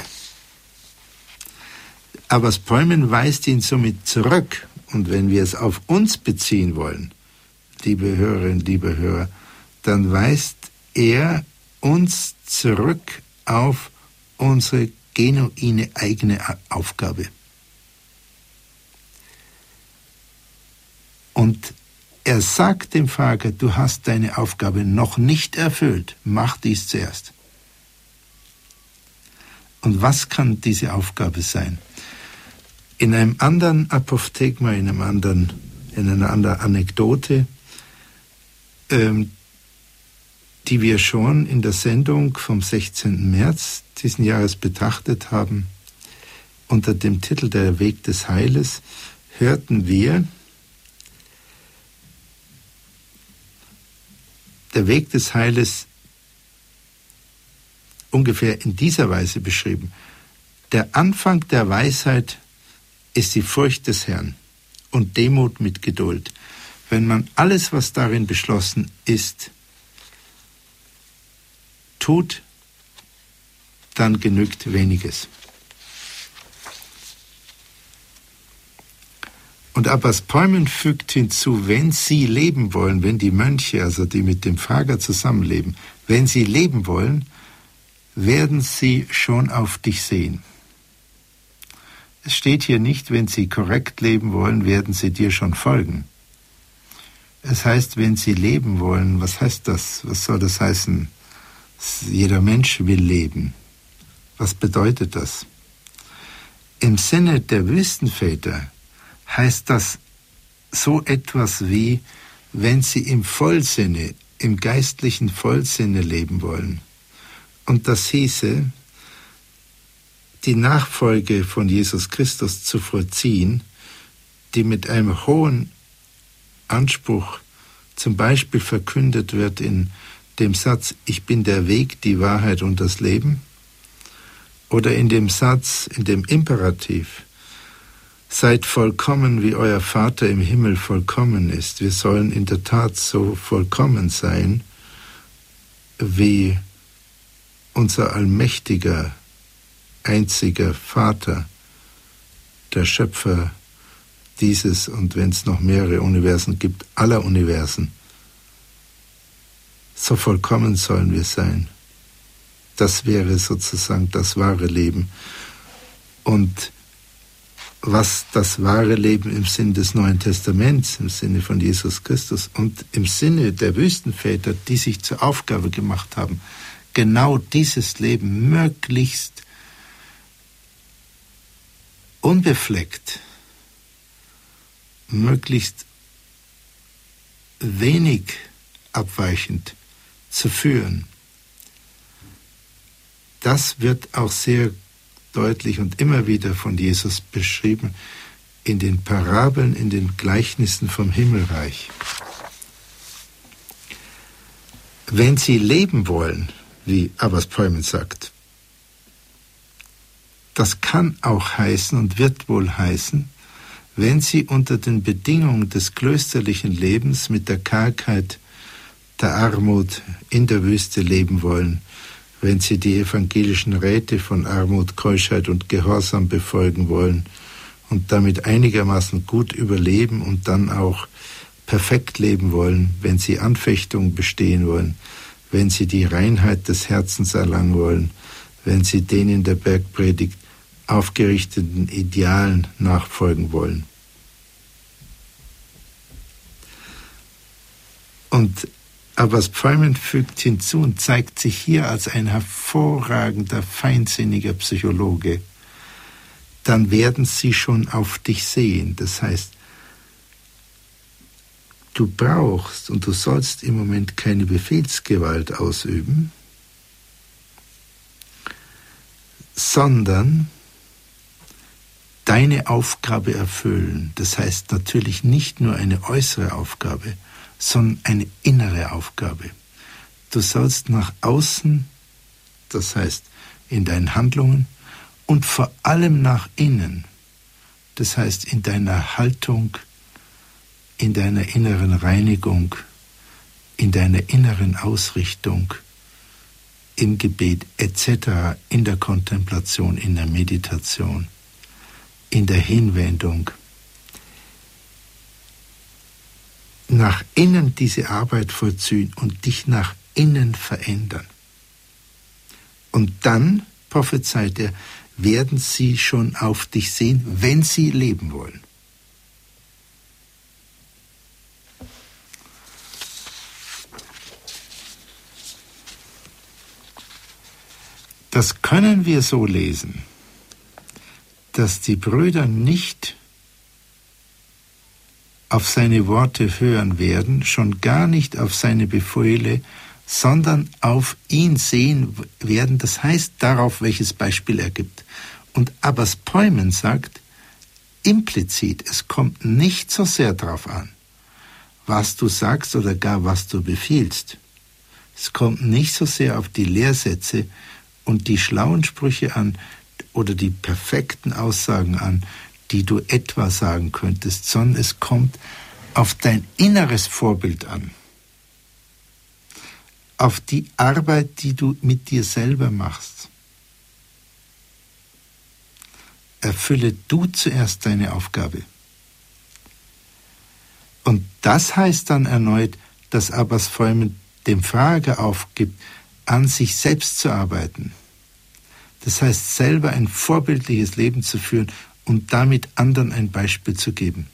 Abbas Poimen weist ihn somit zurück, und wenn wir es auf uns beziehen wollen, liebe Hörerinnen, liebe Hörer, dann weist er uns zurück auf unsere genuine eigene Aufgabe. Und er sagt dem Frager, du hast deine Aufgabe noch nicht erfüllt, mach dies zuerst. Und was kann diese Aufgabe sein? In einem anderen Apophthegma, in einem anderen, in einer anderen Anekdote, ähm, die wir schon in der Sendung vom sechzehnten März diesen Jahres betrachtet haben, unter dem Titel Der Weg des Heiles, hörten wir, der Weg des Heiles ungefähr in dieser Weise beschrieben. Der Anfang der Weisheit ist die Furcht des Herrn und Demut mit Geduld. wenn man alles, was darin beschlossen ist, tut, dann genügt weniges. Und Abbas Pojman fügt hinzu, wenn Sie leben wollen, wenn die Mönche, also die mit dem Frager zusammenleben, wenn sie leben wollen, werden sie schon auf dich sehen. Es steht hier nicht, wenn sie korrekt leben wollen, werden sie dir schon folgen. Es heißt, wenn sie leben wollen, was heißt das? Was soll das heißen? Jeder Mensch will leben. Was bedeutet das? Im Sinne der Wüstenväter heißt das so etwas wie, wenn sie im Vollsinne, im geistlichen Vollsinne leben wollen. Und das hieße, die Nachfolge von Jesus Christus zu vollziehen, die mit einem hohen Anspruch zum Beispiel verkündet wird in dem Satz, ich bin der Weg, die Wahrheit und das Leben, oder in dem Satz, in dem Imperativ, seid vollkommen, wie euer Vater im Himmel vollkommen ist. Wir sollen in der Tat so vollkommen sein, wie unser allmächtiger, einziger Vater, der Schöpfer dieses und wenn es noch mehrere Universen gibt, aller Universen. So vollkommen sollen wir sein. Das wäre sozusagen das wahre Leben. Und was das wahre Leben im Sinne des Neuen Testaments, im Sinne von Jesus Christus und im Sinne der Wüstenväter, die sich zur Aufgabe gemacht haben, genau dieses Leben möglichst unbefleckt, möglichst wenig abweichend zu führen. Das wird auch sehr deutlich und immer wieder von Jesus beschrieben in den Parabeln, in den Gleichnissen vom Himmelreich. Wenn Sie leben wollen, wie Abbas Pojman sagt, das kann auch heißen und wird wohl heißen, wenn Sie unter den Bedingungen des klösterlichen Lebens mit der Kargheit, der Armut in der Wüste leben wollen, wenn Sie die evangelischen Räte von Armut, Keuschheit und Gehorsam befolgen wollen und damit einigermaßen gut überleben und dann auch perfekt leben wollen, wenn Sie Anfechtungen bestehen wollen, wenn Sie die Reinheit des Herzens erlangen wollen, wenn Sie den in der Bergpredigt aufgerichteten Idealen nachfolgen wollen. Und Abbas Pojman fügt hinzu und zeigt sich hier als ein hervorragender, feinsinniger Psychologe. Dann werden sie schon auf dich sehen. Das heißt, du brauchst und du sollst im Moment keine Befehlsgewalt ausüben, sondern deine Aufgabe erfüllen. Das heißt natürlich nicht nur eine äußere Aufgabe, sondern eine innere Aufgabe. Du sollst nach außen, das heißt in deinen Handlungen und vor allem nach innen, das heißt in deiner Haltung, in deiner inneren Reinigung, in deiner inneren Ausrichtung, im Gebet et cetera, in der Kontemplation, in der Meditation, in der Hinwendung, nach innen diese Arbeit vollziehen und dich nach innen verändern. Und dann, prophezeit er, werden sie schon auf dich sehen, wenn sie leben wollen. Das können wir so lesen, dass die Brüder nicht auf seine Worte hören werden, schon gar nicht auf seine Befehle, sondern auf ihn sehen werden, das heißt darauf, welches Beispiel er gibt. Und Abbas Pojman sagt, implizit, es kommt nicht so sehr darauf an, was du sagst oder gar was du befiehlst. Es kommt nicht so sehr auf die Lehrsätze und die schlauen Sprüche an oder die perfekten Aussagen an, die du etwa sagen könntest, sondern es kommt auf dein inneres Vorbild an, auf die Arbeit, die du mit dir selber machst. Erfülle du zuerst deine Aufgabe. Und das heißt dann erneut, dass Abbas Freumen dem Frager aufgibt, an sich selbst zu arbeiten. Das heißt, selber ein vorbildliches Leben zu führen und damit anderen ein Beispiel zu geben.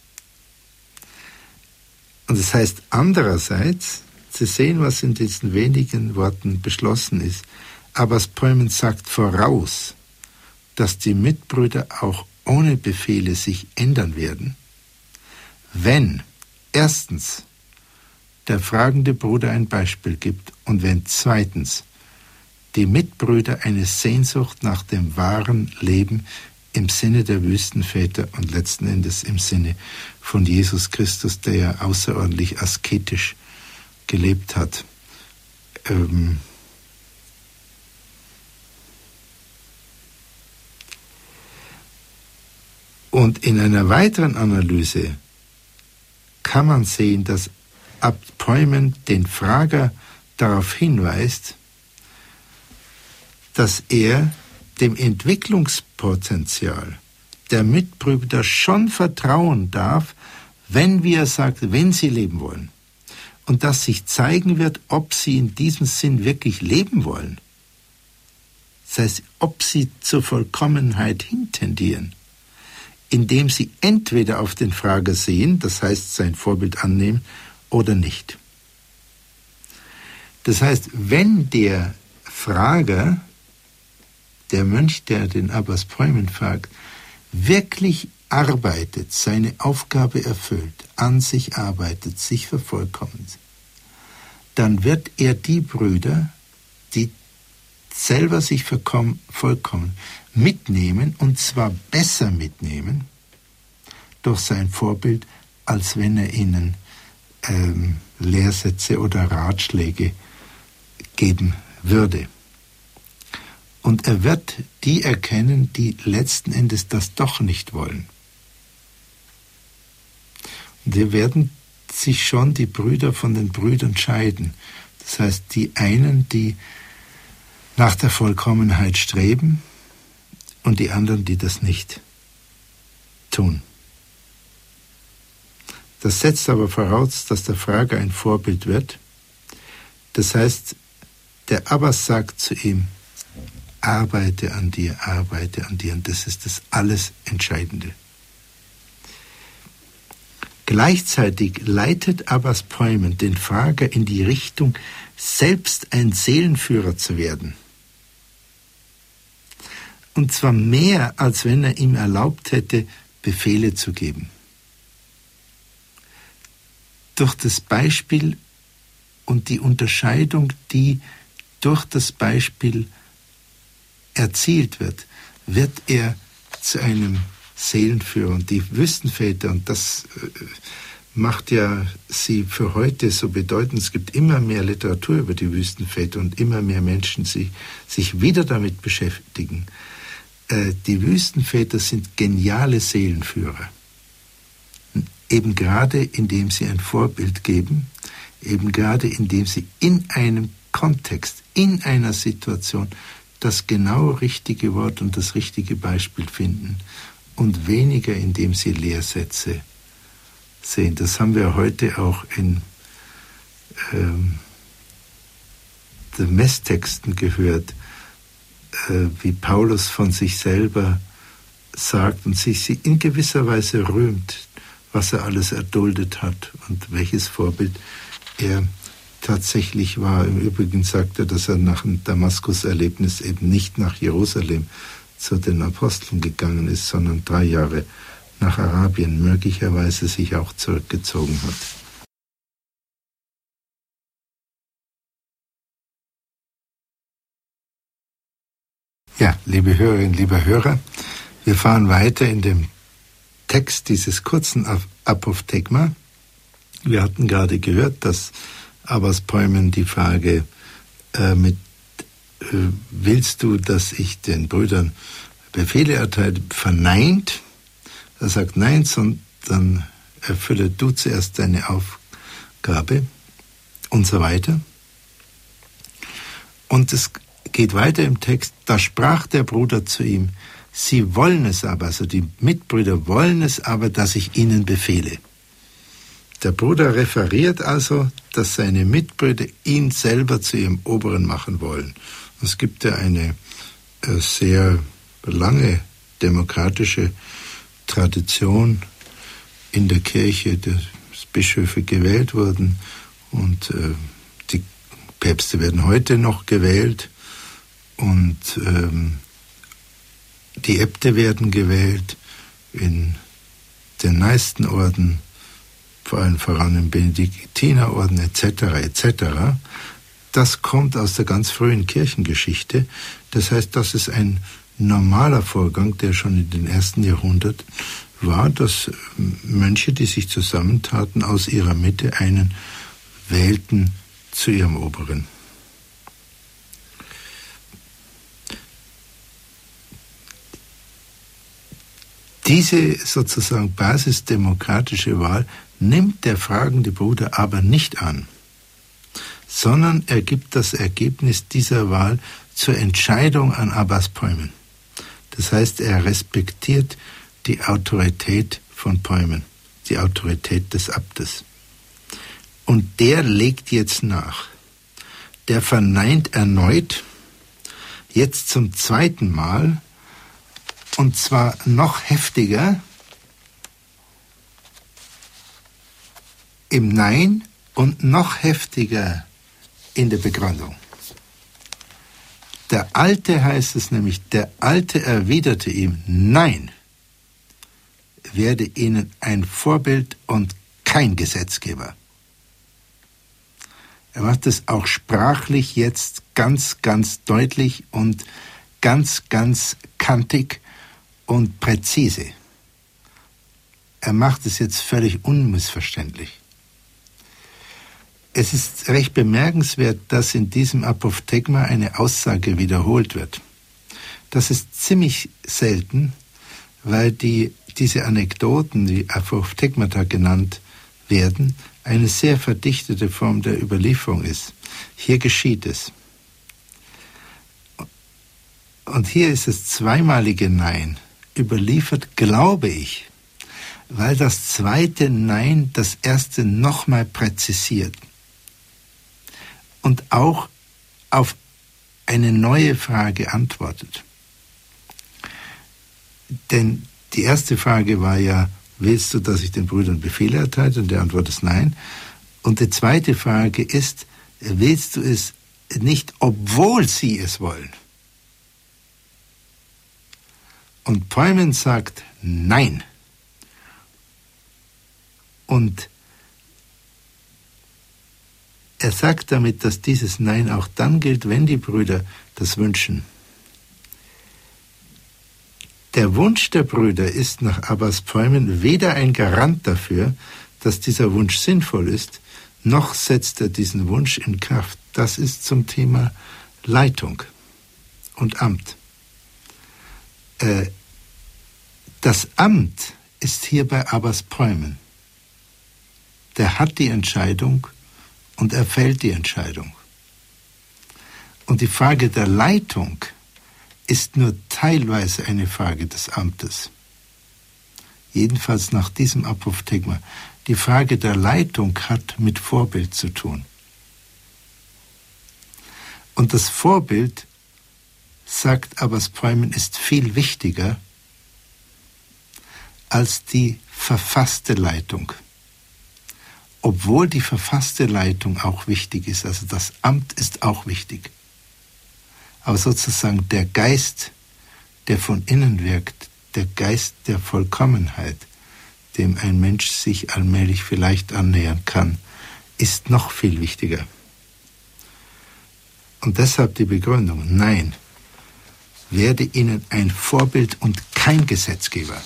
Und das heißt andererseits, zu sehen, was in diesen wenigen Worten beschlossen ist. Abbas Freumen sagt voraus, dass die Mitbrüder auch ohne Befehle sich ändern werden, wenn erstens der fragende Bruder ein Beispiel gibt und wenn zweitens die Mitbrüder eine Sehnsucht nach dem wahren Leben im Sinne der Wüstenväter und letzten Endes im Sinne von Jesus Christus, der ja außerordentlich asketisch gelebt hat, ähm, und in einer weiteren Analyse kann man sehen, dass Abt Freumen den Frager darauf hinweist, dass er dem Entwicklungspotenzial der Mitbrüder schon vertrauen darf, wenn, wie er sagt, wenn sie leben wollen. Und dass sich zeigen wird, ob sie in diesem Sinn wirklich leben wollen. Das heißt, ob sie zur Vollkommenheit hintendieren, indem sie entweder auf den Frager sehen, das heißt sein Vorbild annehmen, oder nicht. Das heißt, wenn der Frager, der Mönch, der den Abbas Freumen fragt, wirklich arbeitet, seine Aufgabe erfüllt, an sich arbeitet, sich vervollkommnet, dann wird er die Brüder, die selber sich vollkommen mitnehmen, und zwar besser mitnehmen, durch sein Vorbild, als wenn er ihnen ähm, Lehrsätze oder Ratschläge geben würde. Und er wird die erkennen, die letzten Endes das doch nicht wollen. Und wir werden sich schon die Brüder von den Brüdern scheiden. Das heißt, die einen, die nach der Vollkommenheit streben, und die anderen, die das nicht tun. Das setzt aber voraus, dass der Frager ein Vorbild wird. Das heißt, der Abbas sagt zu ihm, arbeite an dir, arbeite an dir, und das ist das alles Entscheidende. Gleichzeitig leitet Abbas Freumen den Frager in die Richtung, selbst ein Seelenführer zu werden. Und zwar mehr, als wenn er ihm erlaubt hätte, Befehle zu geben. Durch das Beispiel und die Unterscheidung, die durch das Beispiel erzielt wird, wird er zu einem Seelenführer. Und die Wüstenväter, und das macht ja sie für heute so bedeutend, es gibt immer mehr Literatur über die Wüstenväter und immer mehr Menschen, die sich wieder damit beschäftigen. Die Wüstenväter sind geniale Seelenführer. Eben gerade indem sie ein Vorbild geben, eben gerade indem sie in einem Kontext, in einer Situation das genau richtige Wort und das richtige Beispiel finden und weniger indem sie Lehrsätze sehen. Das haben wir heute auch in ähm, den Messtexten gehört, wie Paulus von sich selber sagt und sich in gewisser Weise rühmt, was er alles erduldet hat und welches Vorbild er tatsächlich war. Im Übrigen sagt er, dass er nach dem Damaskus-Erlebnis eben nicht nach Jerusalem zu den Aposteln gegangen ist, sondern drei Jahre nach Arabien möglicherweise sich auch zurückgezogen hat. Ja, liebe Hörerinnen, lieber Hörer, wir fahren weiter in dem Text dieses kurzen Apophthegma. Wir hatten gerade gehört, dass Abbas Freumen die Frage äh, mit äh, willst du, dass ich den Brüdern Befehle erteile, verneint. Er sagt nein, sondern erfülle du zuerst deine Aufgabe und so weiter. Und es geht weiter im Text, da sprach der Bruder zu ihm, sie wollen es aber, also die Mitbrüder wollen es aber, dass ich ihnen befehle. Der Bruder referiert also, dass seine Mitbrüder ihn selber zu ihrem Oberen machen wollen. Es gibt ja eine äh, sehr lange demokratische Tradition in der Kirche, dass Bischöfe gewählt wurden und äh, die Päpste werden heute noch gewählt und ähm, die Äbte werden gewählt in den Neistenorden, vor allem voran im Benediktinerorden et cetera et cetera. Das kommt aus der ganz frühen Kirchengeschichte. Das heißt, das ist ein normaler Vorgang, der schon in den ersten Jahrhunderten war, dass Mönche, die sich zusammentaten, aus ihrer Mitte einen wählten zu ihrem Oberen. Diese sozusagen basisdemokratische Wahl nimmt der fragende Bruder aber nicht an, sondern er gibt das Ergebnis dieser Wahl zur Entscheidung an Abbas Peumen. Das heißt, er respektiert die Autorität von Peumen, die Autorität des Abtes. Und der legt jetzt nach. Der verneint erneut, jetzt zum zweiten Mal, und zwar noch heftiger, im Nein und noch heftiger in der Begründung. Der Alte, heißt es nämlich, der Alte erwiderte ihm, nein, werde ihnen ein Vorbild und kein Gesetzgeber. Er macht es auch sprachlich jetzt ganz, ganz deutlich und ganz, ganz kantig und präzise. Er macht es jetzt völlig unmissverständlich. Es ist recht bemerkenswert, dass in diesem Apophthegma eine Aussage wiederholt wird. Das ist ziemlich selten, weil die, diese Anekdoten, die Apophthegmata genannt werden, eine sehr verdichtete Form der Überlieferung ist. Hier geschieht es. Und hier ist das zweimalige Nein überliefert, glaube ich, weil das zweite Nein das erste nochmal präzisiert und auch auf eine neue Frage antwortet. Denn die erste Frage war ja, willst du, dass ich den Brüdern Befehle erteile? Und die Antwort ist nein. Und die zweite Frage ist, willst du es nicht, obwohl sie es wollen? Und Peumen sagt nein. Und er sagt damit, dass dieses Nein auch dann gilt, wenn die Brüder das wünschen. Der Wunsch der Brüder ist nach Abbas Peumen weder ein Garant dafür, dass dieser Wunsch sinnvoll ist, noch setzt er diesen Wunsch in Kraft. Das ist zum Thema Leitung und Amt. Äh, das Amt ist hier bei Abbas Peumen. Der hat die Entscheidung und er fällt die Entscheidung. Und die Frage der Leitung ist nur teilweise eine Frage des Amtes. Jedenfalls nach diesem Apophthegma. Die Frage der Leitung hat mit Vorbild zu tun. Und das Vorbild, sagt Abbas Peumen, ist viel wichtiger als die verfasste Leitung. Obwohl die verfasste Leitung auch wichtig ist, also das Amt ist auch wichtig. Aber sozusagen der Geist, der von innen wirkt, der Geist der Vollkommenheit, dem ein Mensch sich allmählich vielleicht annähern kann, ist noch viel wichtiger. Und deshalb die Begründung, nein, werde ihnen ein Vorbild und kein Gesetzgeber.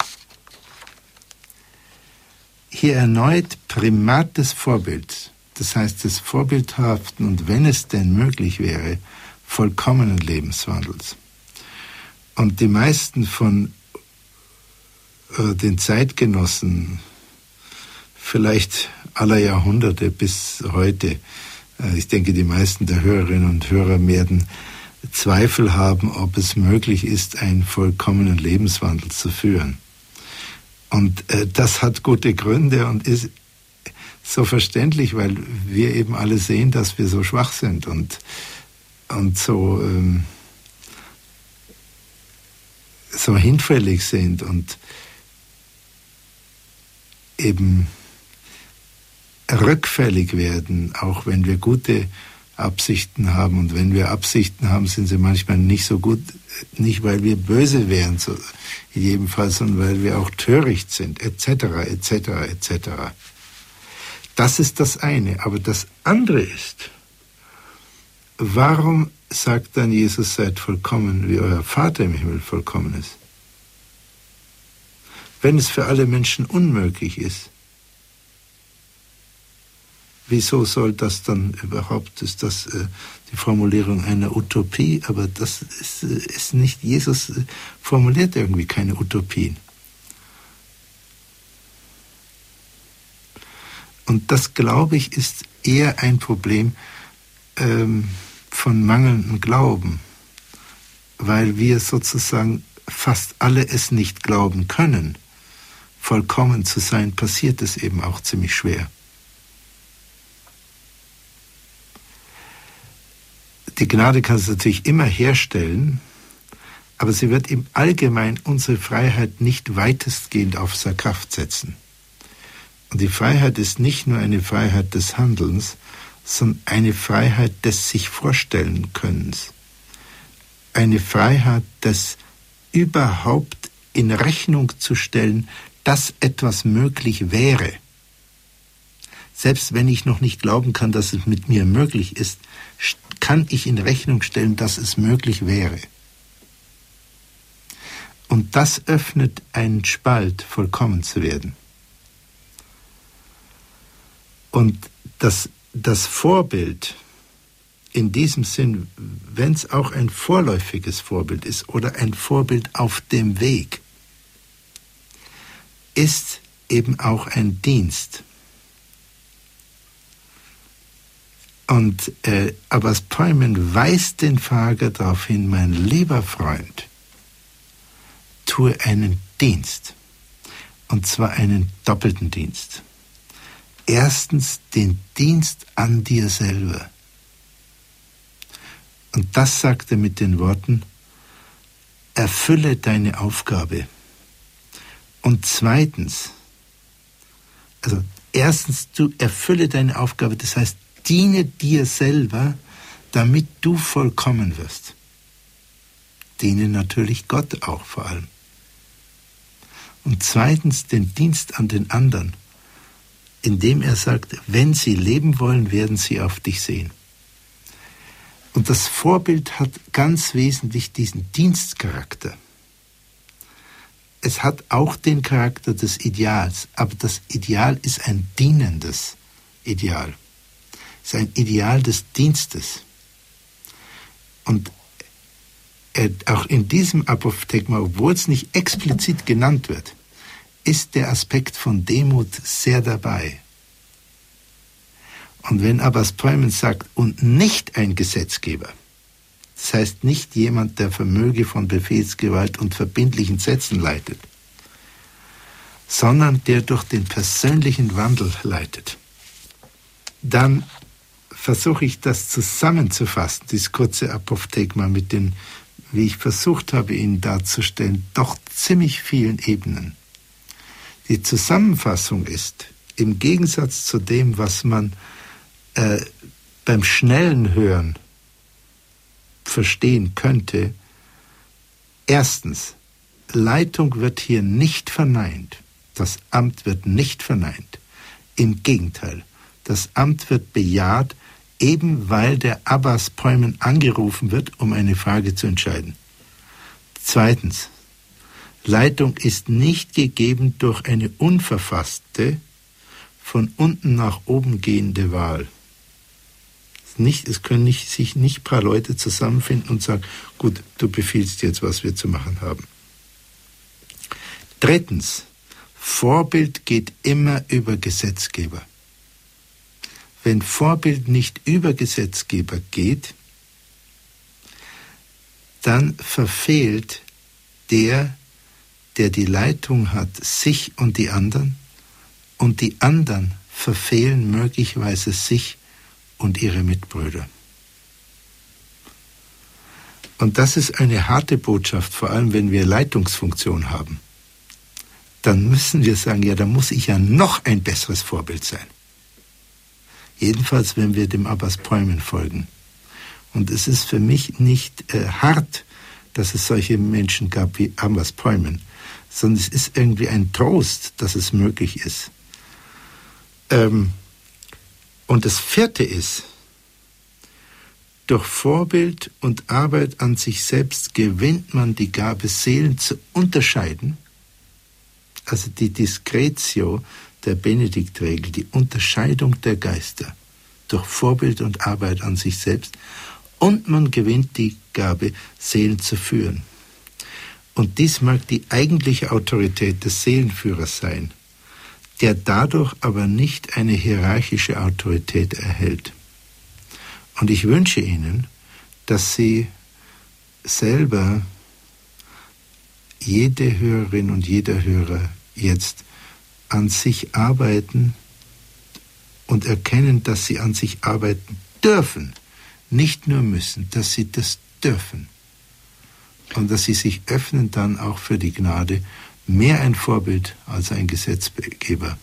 Hier erneut Primat des Vorbilds, das heißt des vorbildhaften und, wenn es denn möglich wäre, vollkommenen Lebenswandels. Und die meisten von äh, den Zeitgenossen vielleicht aller Jahrhunderte bis heute. Ich denke, die meisten der Hörerinnen und Hörer werden Zweifel haben, ob es möglich ist, einen vollkommenen Lebenswandel zu führen. Und äh, das hat gute Gründe und ist so verständlich, weil wir eben alle sehen, dass wir so schwach sind und, und so, ähm, so hinfällig sind und eben rückfällig werden, auch wenn wir gute Absichten haben. Und wenn wir Absichten haben, sind sie manchmal nicht so gut, nicht weil wir böse wären, so in jedem Fall, sondern weil wir auch töricht sind, et cetera, et cetera, et cetera. Das ist das eine. Aber das andere ist, warum sagt dann Jesus, seid vollkommen, wie euer Vater im Himmel vollkommen ist? Wenn es für alle Menschen unmöglich ist, wieso soll das dann überhaupt, ist das äh, die Formulierung einer Utopie, aber das ist, äh, ist nicht, Jesus äh, formuliert irgendwie keine Utopien. Und das, glaube ich, ist eher ein Problem ähm, von mangelndem Glauben, weil wir sozusagen fast alle es nicht glauben können. Vollkommen zu sein, passiert es eben auch ziemlich schwer. Die Gnade kann es natürlich immer herstellen, aber sie wird im Allgemeinen unsere Freiheit nicht weitestgehend außer Kraft setzen. Und die Freiheit ist nicht nur eine Freiheit des Handelns, sondern eine Freiheit des sich vorstellen Könnens. Eine Freiheit des überhaupt in Rechnung zu stellen, dass etwas möglich wäre. Selbst wenn ich noch nicht glauben kann, dass es mit mir möglich ist, kann ich in Rechnung stellen, dass es möglich wäre. Und das öffnet einen Spalt, vollkommen zu werden. Und das, das Vorbild in diesem Sinn, wenn es auch ein vorläufiges Vorbild ist oder ein Vorbild auf dem Weg, ist eben auch ein Dienst. Und äh, Abbas Poimen weist den Frager darauf hin, mein lieber Freund, tue einen Dienst. Und zwar einen doppelten Dienst. Erstens den Dienst an dir selber. Und das sagt er mit den Worten, erfülle deine Aufgabe. Und zweitens, also erstens, du erfülle deine Aufgabe, das heißt, diene dir selber, damit du vollkommen wirst. Diene natürlich Gott auch vor allem. Und zweitens den Dienst an den anderen, indem er sagt, wenn sie leben wollen, werden sie auf dich sehen. Und das Vorbild hat ganz wesentlich diesen Dienstcharakter. Es hat auch den Charakter des Ideals, aber das Ideal ist ein dienendes Ideal. Es ist ein Ideal des Dienstes. Und äh, auch in diesem Apophthegma, obwohl es nicht explizit genannt wird, ist der Aspekt von Demut sehr dabei. Und wenn Abbas Poimen sagt, und nicht ein Gesetzgeber, das heißt nicht jemand, der Vermöge von Befehlsgewalt und verbindlichen Sätzen leitet, sondern der durch den persönlichen Wandel leitet, dann versuche ich das zusammenzufassen, dieses kurze Apophthegma mit den, wie ich versucht habe, Ihnen darzustellen, doch ziemlich vielen Ebenen. Die Zusammenfassung ist, im Gegensatz zu dem, was man äh, beim schnellen Hören verstehen könnte, erstens, Leitung wird hier nicht verneint. Das Amt wird nicht verneint. Im Gegenteil, das Amt wird bejaht, eben weil der Abbas Poimen angerufen wird, um eine Frage zu entscheiden. Zweitens, Leitung ist nicht gegeben durch eine unverfasste, von unten nach oben gehende Wahl. Nicht, es können nicht, sich nicht ein paar Leute zusammenfinden und sagen, gut, du befiehlst jetzt, was wir zu machen haben. Drittens, Vorbild geht immer über Gesetzgeber. Wenn Vorbild nicht über Gesetzgeber geht, dann verfehlt der, der die Leitung hat, sich und die anderen, und die anderen verfehlen möglicherweise sich und ihre Mitbrüder. Und das ist eine harte Botschaft, vor allem wenn wir Leitungsfunktion haben. Dann müssen wir sagen, ja, da muss ich ja noch ein besseres Vorbild sein. Jedenfalls, wenn wir dem Abbas Poimen folgen. Und es ist für mich nicht äh, hart, dass es solche Menschen gab wie Abbas Poimen, sondern es ist irgendwie ein Trost, dass es möglich ist. Ähm, und das vierte ist, durch Vorbild und Arbeit an sich selbst gewinnt man die Gabe, Seelen zu unterscheiden. Also die Discretio der Benediktregel, die Unterscheidung der Geister durch Vorbild und Arbeit an sich selbst. Und man gewinnt die Gabe, Seelen zu führen. Und dies mag die eigentliche Autorität des Seelenführers sein, der dadurch aber nicht eine hierarchische Autorität erhält. Und ich wünsche Ihnen, dass Sie selber, jede Hörerin und jeder Hörer jetzt an sich arbeiten und erkennen, dass Sie an sich arbeiten dürfen, nicht nur müssen, dass Sie das dürfen. Und dass Sie sich öffnen dann auch für die Gnade, mehr ein Vorbild als ein Gesetzgeber.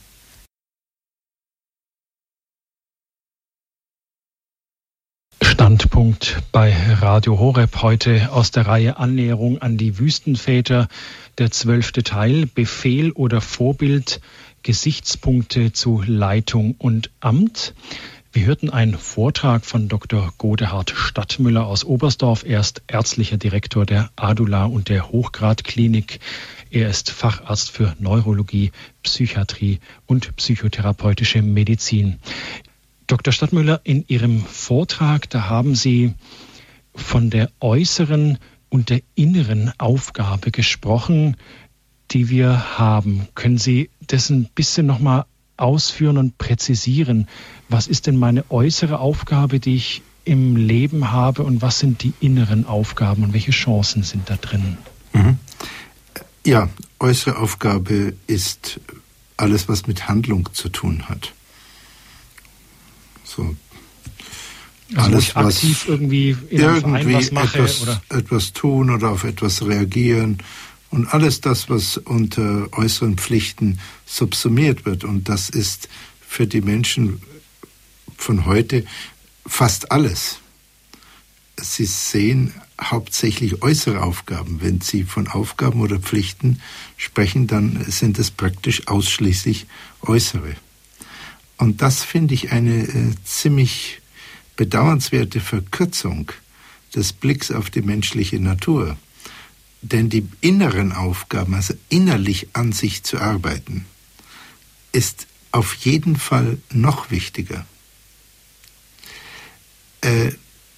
Standpunkt bei Radio Horeb heute aus der Reihe Annäherung an die Wüstenväter, der zwölfte Teil, Befehl oder Vorbild, Gesichtspunkte zu Leitung und Amt. Wir hörten einen Vortrag von Doktor Godehard Stadtmüller aus Oberstdorf. Er ist ärztlicher Direktor der Adula und der Hochgradklinik. Er ist Facharzt für Neurologie, Psychiatrie und psychotherapeutische Medizin. Doktor Stadtmüller, in Ihrem Vortrag, da haben Sie von der äußeren und der inneren Aufgabe gesprochen, die wir haben. Können Sie das ein bisschen nochmal ausführen und präzisieren? Was ist denn meine äußere Aufgabe, die ich im Leben habe, und was sind die inneren Aufgaben und welche Chancen sind da drin? Mhm. Ja, äußere Aufgabe ist alles, was mit Handlung zu tun hat. So. Also alles, ich aktiv was irgendwie in einem Verein was mache, etwas, oder? etwas tun oder auf etwas reagieren und alles das, was unter äußeren Pflichten subsumiert wird. Und das ist für die Menschen von heute fast alles. Sie sehen hauptsächlich äußere Aufgaben. Wenn Sie von Aufgaben oder Pflichten sprechen, dann sind es praktisch ausschließlich äußere. Und das finde ich eine äh, ziemlich bedauernswerte Verkürzung des Blicks auf die menschliche Natur. Denn die inneren Aufgaben, also innerlich an sich zu arbeiten, ist auf jeden Fall noch wichtiger. Äh,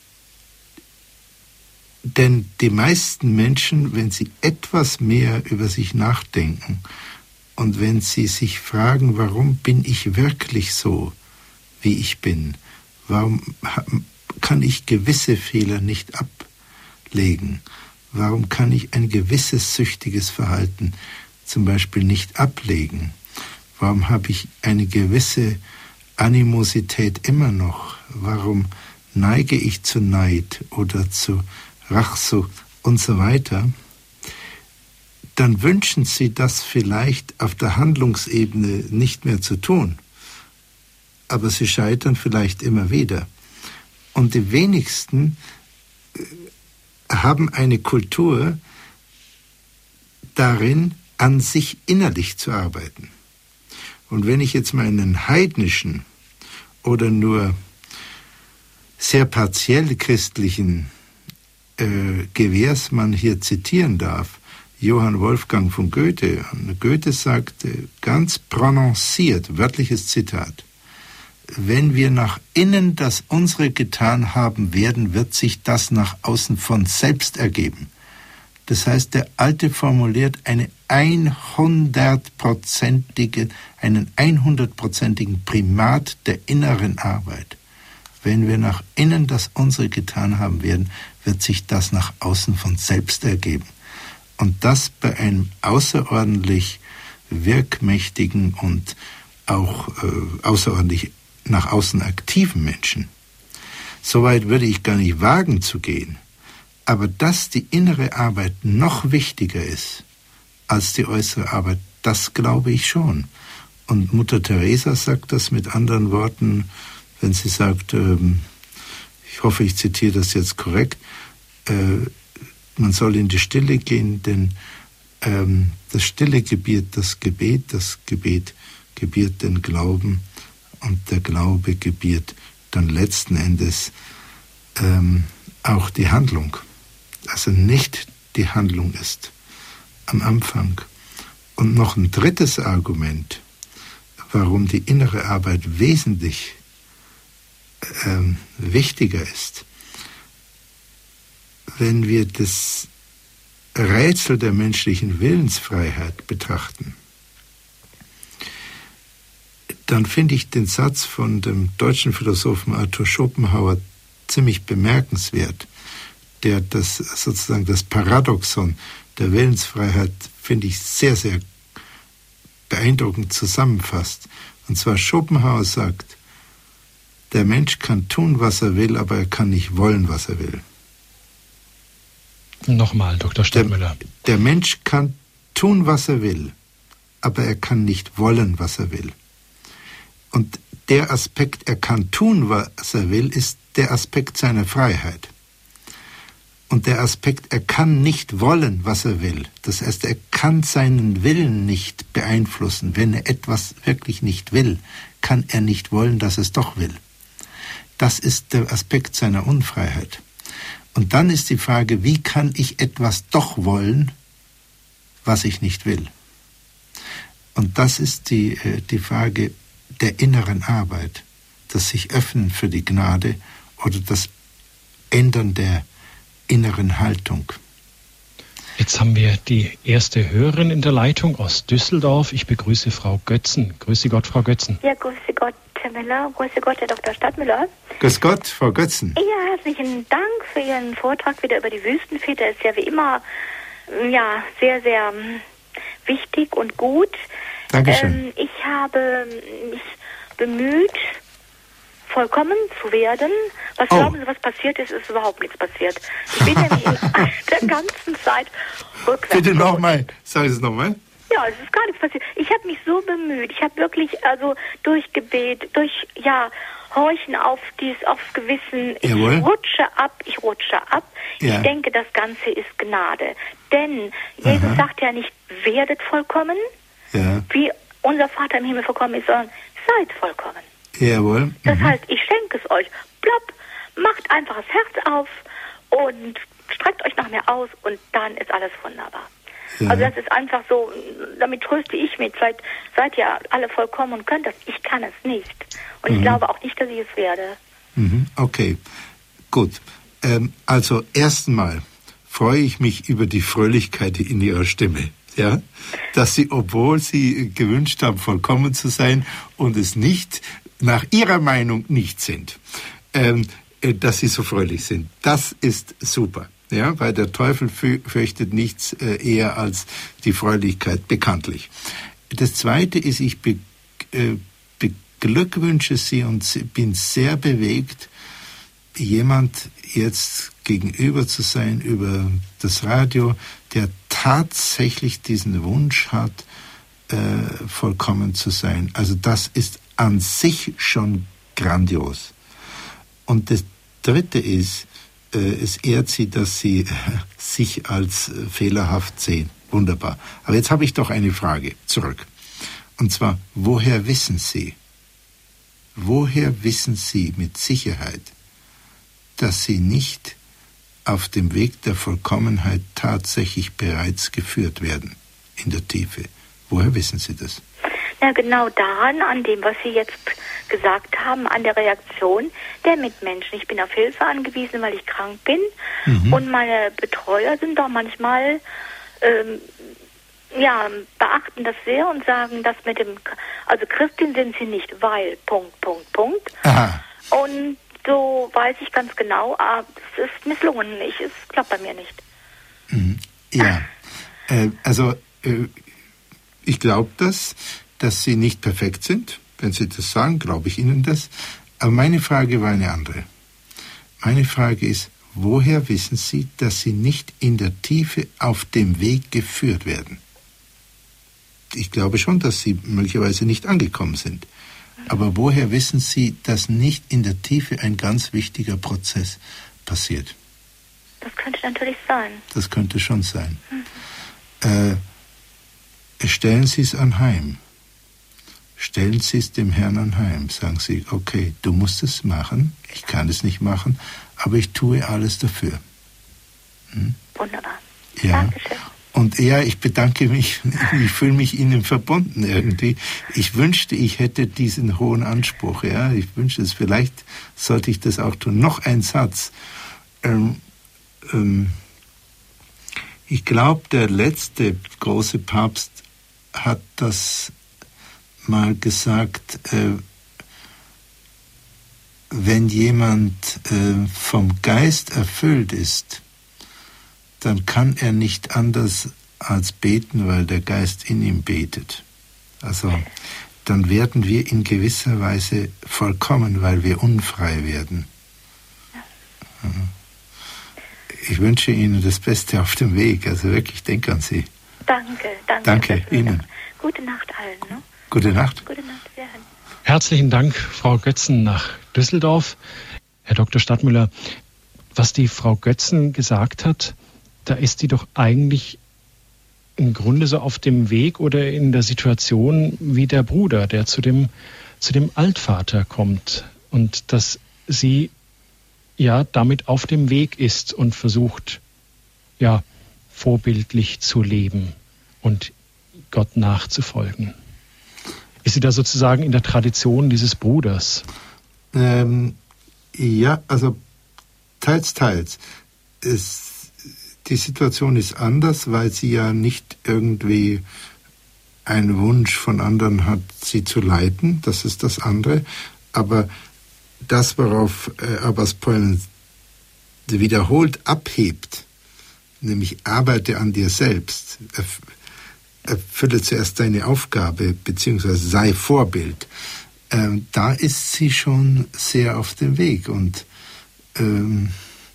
denn die meisten Menschen, wenn sie etwas mehr über sich nachdenken und wenn sie sich fragen, warum bin ich wirklich so, wie ich bin, warum kann ich gewisse Fehler nicht ablegen, warum kann ich ein gewisses süchtiges Verhalten zum Beispiel nicht ablegen, warum habe ich eine gewisse Animosität immer noch, warum neige ich zu Neid oder zu Rachsucht und so weiter, dann wünschen Sie das vielleicht auf der Handlungsebene nicht mehr zu tun. Aber Sie scheitern vielleicht immer wieder. Und die wenigsten haben eine Kultur darin, an sich innerlich zu arbeiten. Und wenn ich jetzt mal einen heidnischen oder nur sehr partiell christlichen äh, Gewährsmann hier zitieren darf, Johann Wolfgang von Goethe. Und Goethe sagte ganz prononciert, wörtliches Zitat: Wenn wir nach innen das unsere getan haben werden, wird sich das nach außen von selbst ergeben. Das heißt, der Alte formuliert eine hundertprozentige, einen hundertprozentigen Primat der inneren Arbeit. Wenn wir nach innen das unsere getan haben werden, wird sich das nach außen von selbst ergeben. Und das bei einem außerordentlich wirkmächtigen und auch äh, außerordentlich nach außen aktiven Menschen. Soweit würde ich gar nicht wagen zu gehen. Aber dass die innere Arbeit noch wichtiger ist als die äußere Arbeit, das glaube ich schon. Und Mutter Teresa sagt das mit anderen Worten, wenn sie sagt, ähm, ich hoffe, ich zitiere das jetzt korrekt, äh, man soll in die Stille gehen, denn ähm, das Stille gebiert das Gebet, das Gebet gebiert den Glauben und der Glaube gebiert dann letzten Endes ähm, auch die Handlung. Also nicht die Handlung ist am Anfang. Und noch ein drittes Argument, warum die innere Arbeit wesentlich ähm, wichtiger ist. Wenn wir das Rätsel der menschlichen Willensfreiheit betrachten, dann finde ich den Satz von dem deutschen Philosophen Arthur Schopenhauer ziemlich bemerkenswert, der das sozusagen das Paradoxon der Willensfreiheit, finde ich, sehr, sehr beeindruckend zusammenfasst. Und zwar Schopenhauer sagt, der Mensch kann tun, was er will, aber er kann nicht wollen, was er will. Nochmal, Doktor Stadtmüller. Der, der Mensch kann tun, was er will, aber er kann nicht wollen, was er will. Und der Aspekt, er kann tun, was er will, ist der Aspekt seiner Freiheit. Und der Aspekt, er kann nicht wollen, was er will. Das heißt, er kann seinen Willen nicht beeinflussen. Wenn er etwas wirklich nicht will, kann er nicht wollen, dass es doch will. Das ist der Aspekt seiner Unfreiheit. Und dann ist die Frage, wie kann ich etwas doch wollen, was ich nicht will? Und das ist die, die Frage der inneren Arbeit, das sich öffnen für die Gnade oder das Ändern der inneren Haltung. Jetzt haben wir die erste Hörerin in der Leitung aus Düsseldorf. Ich begrüße Frau Götzen. Grüße Gott, Frau Götzen. Ja, grüße Gott, Herr Müller. Grüße Gott, Herr Doktor Stadtmüller. Grüß Gott, Frau Götzen. Ja, herzlichen Dank für Ihren Vortrag wieder über die Wüstenväter. Ist ja wie immer ja, sehr, sehr wichtig und gut. Dankeschön. Ähm, ich habe mich bemüht, vollkommen zu werden. Was oh. glauben Sie, was passiert ist, ist überhaupt nichts passiert. Ich bin nämlich in der ganzen Zeit rückwärts. Bitte nochmal, sagen Sie es nochmal. Ja, es ist gar nichts passiert. Ich habe mich so bemüht. Ich habe wirklich, also durch Gebet, durch, ja, Horchen auf dies, aufs Gewissen. Ich Jawohl. rutsche ab, ich rutsche ab. Ja. Ich denke, das Ganze ist Gnade. Denn Jesus Aha. sagt ja nicht, werdet vollkommen, Ja. wie unser Vater im Himmel vollkommen ist, sondern seid vollkommen. Jawohl. Das Mhm. heißt, ich schenke es euch. Plopp, macht einfach das Herz auf und streckt euch nach mir aus und dann ist alles wunderbar. Ja. Also das ist einfach so, damit tröste ich mich. Vielleicht seid ihr alle vollkommen und könnt das. Ich kann es nicht. Und Mhm. ich glaube auch nicht, dass ich es werde. Mhm. Okay, gut. Ähm, also erstmal freue ich mich über die Fröhlichkeit in Ihrer Stimme. Ja, dass Sie, obwohl Sie gewünscht haben, vollkommen zu sein und es nicht, nach Ihrer Meinung nicht sind, ähm, dass Sie so fröhlich sind. Das ist super. Ja, weil der Teufel fürchtet nichts äh, eher als die Fröhlichkeit, bekanntlich. Das Zweite ist, ich be, äh, beglückwünsche Sie und bin sehr bewegt, jemand jetzt gegenüber zu sein über das Radio, der tatsächlich diesen Wunsch hat, äh, vollkommen zu sein. Also das ist an sich schon grandios. Und das Dritte ist, äh, es ehrt Sie, dass Sie äh, sich als äh, fehlerhaft sehen. Wunderbar. Aber jetzt habe ich doch eine Frage zurück. Und zwar, woher wissen Sie, woher wissen Sie mit Sicherheit, dass Sie nicht auf dem Weg der Vollkommenheit tatsächlich bereits geführt werden, in der Tiefe? Woher wissen Sie das? Ja, genau daran, an dem, was Sie jetzt gesagt haben, an der Reaktion der Mitmenschen. Ich bin auf Hilfe angewiesen, weil ich krank bin. Mhm. Und meine Betreuer sind doch manchmal, ähm, ja, beachten das sehr und sagen, das mit dem, also Christin sind Sie nicht, weil, Punkt, Punkt, Punkt. Aha. Und so weiß ich ganz genau, ah, es ist misslungen. Ich, es klappt bei mir nicht. Mhm. Ja, äh, also äh, ich glaube das, dass Sie nicht perfekt sind. Wenn Sie das sagen, glaube ich Ihnen das. Aber meine Frage war eine andere. Meine Frage ist, woher wissen Sie, dass Sie nicht in der Tiefe auf dem Weg geführt werden? Ich glaube schon, dass Sie möglicherweise nicht angekommen sind. Aber woher wissen Sie, dass nicht in der Tiefe ein ganz wichtiger Prozess passiert? Das könnte natürlich sein. Das könnte schon sein. Mhm. Äh, stellen Sie es anheim. Stellen Sie es dem Herrn anheim. Sagen Sie, okay, du musst es machen, ich kann es nicht machen, aber ich tue alles dafür. Hm? Wunderbar. Ja. Dankeschön. Und ja, ich bedanke mich, ich fühle mich Ihnen verbunden irgendwie. Ich wünschte, ich hätte diesen hohen Anspruch. Ja, ich wünschte es, vielleicht sollte ich das auch tun. Noch ein Satz. Ähm, ähm, ich glaube, der letzte große Papst hat das mal gesagt, äh, wenn jemand äh, vom Geist erfüllt ist, dann kann er nicht anders als beten, weil der Geist in ihm betet. Also dann werden wir in gewisser Weise vollkommen, weil wir unfrei werden. Ich wünsche Ihnen das Beste auf dem Weg. Also wirklich, denke an Sie. Danke, danke. Danke Ihnen. Gute Nacht allen. Ne? Gute Nacht. Gute Nacht. Wir hören. Herzlichen Dank, Frau Götzen, nach Düsseldorf. Herr Doktor Stadtmüller, was die Frau Götzen gesagt hat, da ist sie doch eigentlich im Grunde so auf dem Weg oder in der Situation wie der Bruder, der zu dem, zu dem Altvater kommt und dass sie ja damit auf dem Weg ist und versucht, ja, vorbildlich zu leben und Gott nachzufolgen. Ist sie da sozusagen in der Tradition dieses Bruders? Ähm, ja, also teils, teils. Es, die Situation ist anders, weil sie ja nicht irgendwie einen Wunsch von anderen hat, sie zu leiten. Das ist das andere. Aber das, worauf äh, Abbas Poelman wiederholt abhebt, nämlich arbeite an dir selbst, erf- erfülle zuerst deine Aufgabe, beziehungsweise sei Vorbild, ähm, da ist sie schon sehr auf dem Weg. Und ähm,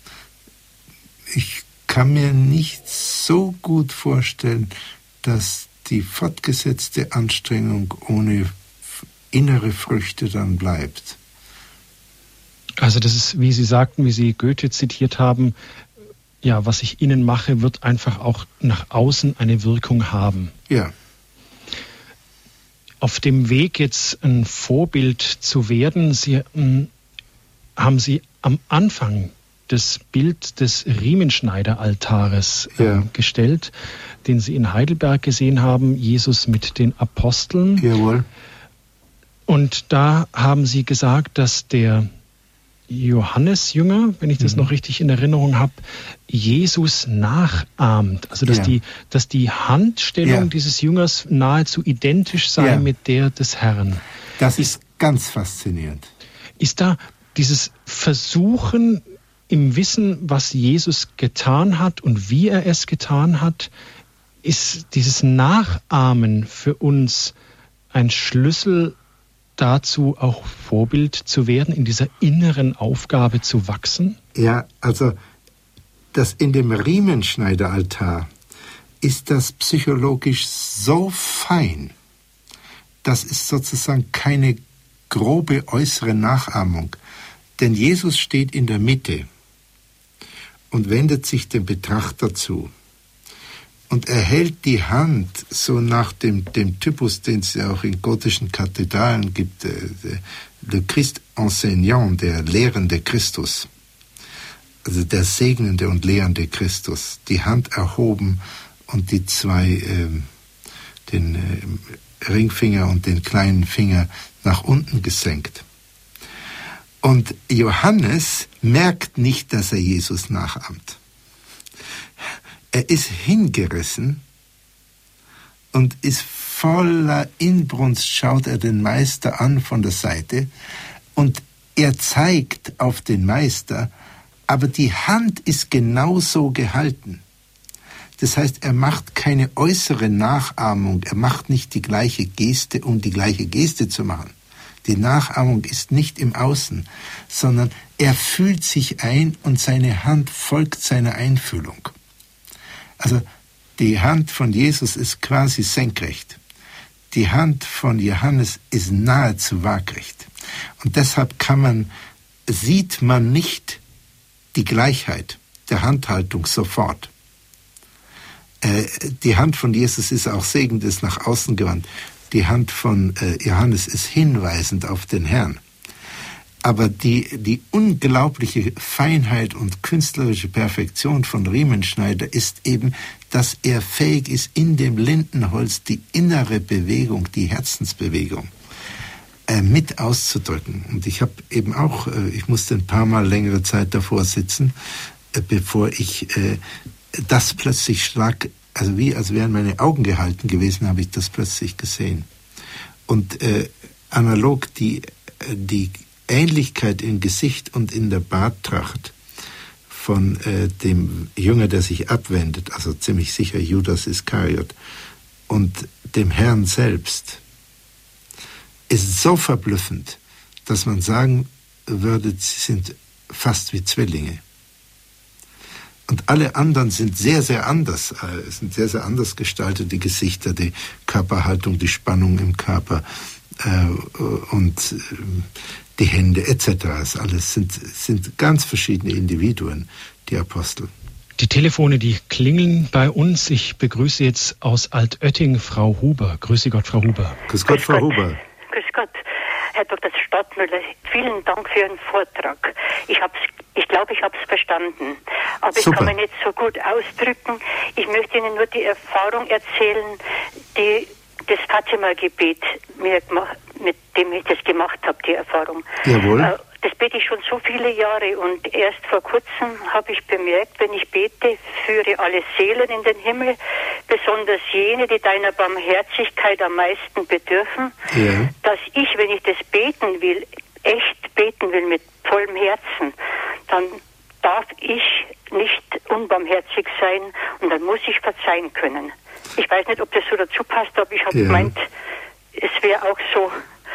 ich kann mir nicht so gut vorstellen, dass die fortgesetzte Anstrengung ohne innere Früchte dann bleibt. Also das ist, wie Sie sagten, wie Sie Goethe zitiert haben, ja, was ich innen mache, wird einfach auch nach außen eine Wirkung haben. Ja. Auf dem Weg jetzt ein Vorbild zu werden, Sie, mh, haben Sie am Anfang das Bild des Riemenschneider-Altares äh, ja. gestellt, den Sie in Heidelberg gesehen haben, Jesus mit den Aposteln. Jawohl. Und da haben Sie gesagt, dass der Johannes-Jünger, wenn ich das mhm. noch richtig in Erinnerung habe, Jesus nachahmt. Also dass, ja. die, dass die Handstellung ja. dieses Jüngers nahezu identisch sei ja. mit der des Herrn. Das ist ganz faszinierend. Ist da dieses Versuchen im Wissen, was Jesus getan hat und wie er es getan hat, ist dieses Nachahmen für uns ein Schlüssel dazu, auch Vorbild zu werden, in dieser inneren Aufgabe zu wachsen? Ja, also das in dem Riemenschneideraltar ist das psychologisch so fein, das ist sozusagen keine grobe äußere Nachahmung, denn Jesus steht in der Mitte und wendet sich dem Betrachter zu. Und er hält die Hand so nach dem, dem Typus, den es ja auch in gotischen Kathedralen gibt, äh, le Christ enseignant, der lehrende Christus, also der segnende und lehrende Christus, die Hand erhoben und die zwei, äh, den äh, Ringfinger und den kleinen Finger nach unten gesenkt. Und Johannes merkt nicht, dass er Jesus nachahmt. Er ist hingerissen und ist voller Inbrunst, schaut er den Meister an von der Seite und er zeigt auf den Meister, aber die Hand ist genauso gehalten. Das heißt, er macht keine äußere Nachahmung, er macht nicht die gleiche Geste, um die gleiche Geste zu machen. Die Nachahmung ist nicht im Außen, sondern er fühlt sich ein und seine Hand folgt seiner Einfühlung. Also die Hand von Jesus ist quasi senkrecht. Die Hand von Johannes ist nahezu waagrecht. Und deshalb kann man, sieht man nicht die Gleichheit der Handhaltung sofort. Äh, die Hand von Jesus ist auch segend, ist nach außen gewandt. Die Hand von äh, Johannes ist hinweisend auf den Herrn. Aber die, die unglaubliche Feinheit und künstlerische Perfektion von Riemenschneider ist eben, dass er fähig ist, in dem Lindenholz die innere Bewegung, die Herzensbewegung äh, mit auszudrücken. Und ich habe eben auch, äh, ich musste ein paar Mal längere Zeit davor sitzen, äh, bevor ich äh, das plötzlich schlag, also wie als wären meine Augen gehalten gewesen, habe ich das plötzlich gesehen. Und äh, analog die, die Ähnlichkeit im Gesicht und in der Barttracht von äh, dem Jünger, der sich abwendet, also ziemlich sicher Judas Iskariot, und dem Herrn selbst, ist so verblüffend, dass man sagen würde, sie sind fast wie Zwillinge. Und alle anderen sind sehr, sehr anders, äh, sind sehr, sehr anders gestaltet, die Gesichter, die Körperhaltung, die Spannung im Körper äh, und äh, die Hände et cetera. Das alles sind, sind ganz verschiedene Individuen, die Apostel. Die Telefone, die klingeln bei uns. Ich begrüße jetzt aus Altötting Frau Huber. Grüße Gott, Frau Huber. Grüß Gott, Frau Huber. Grüß Gott, Herr Doktor Stadtmüller. Vielen Dank für Ihren Vortrag. Ich hab's, ich glaube, ich habe es verstanden. Aber Super. Ich kann mich nicht so gut ausdrücken. Ich möchte Ihnen nur die Erfahrung erzählen, die das Fatima-Gebet mir gemacht, mit dem ich das gemacht habe, die Erfahrung. Jawohl. Äh, das bete ich schon so viele Jahre und erst vor kurzem habe ich bemerkt, wenn ich bete, führe alle Seelen in den Himmel, besonders jene, die deiner Barmherzigkeit am meisten bedürfen, ja. Dass ich, wenn ich das beten will, echt beten will mit vollem Herzen, dann darf ich nicht unbarmherzig sein und dann muss ich verzeihen können. Ich weiß nicht, ob das so dazu passt, aber ich habe ja. gemeint, es wäre auch so.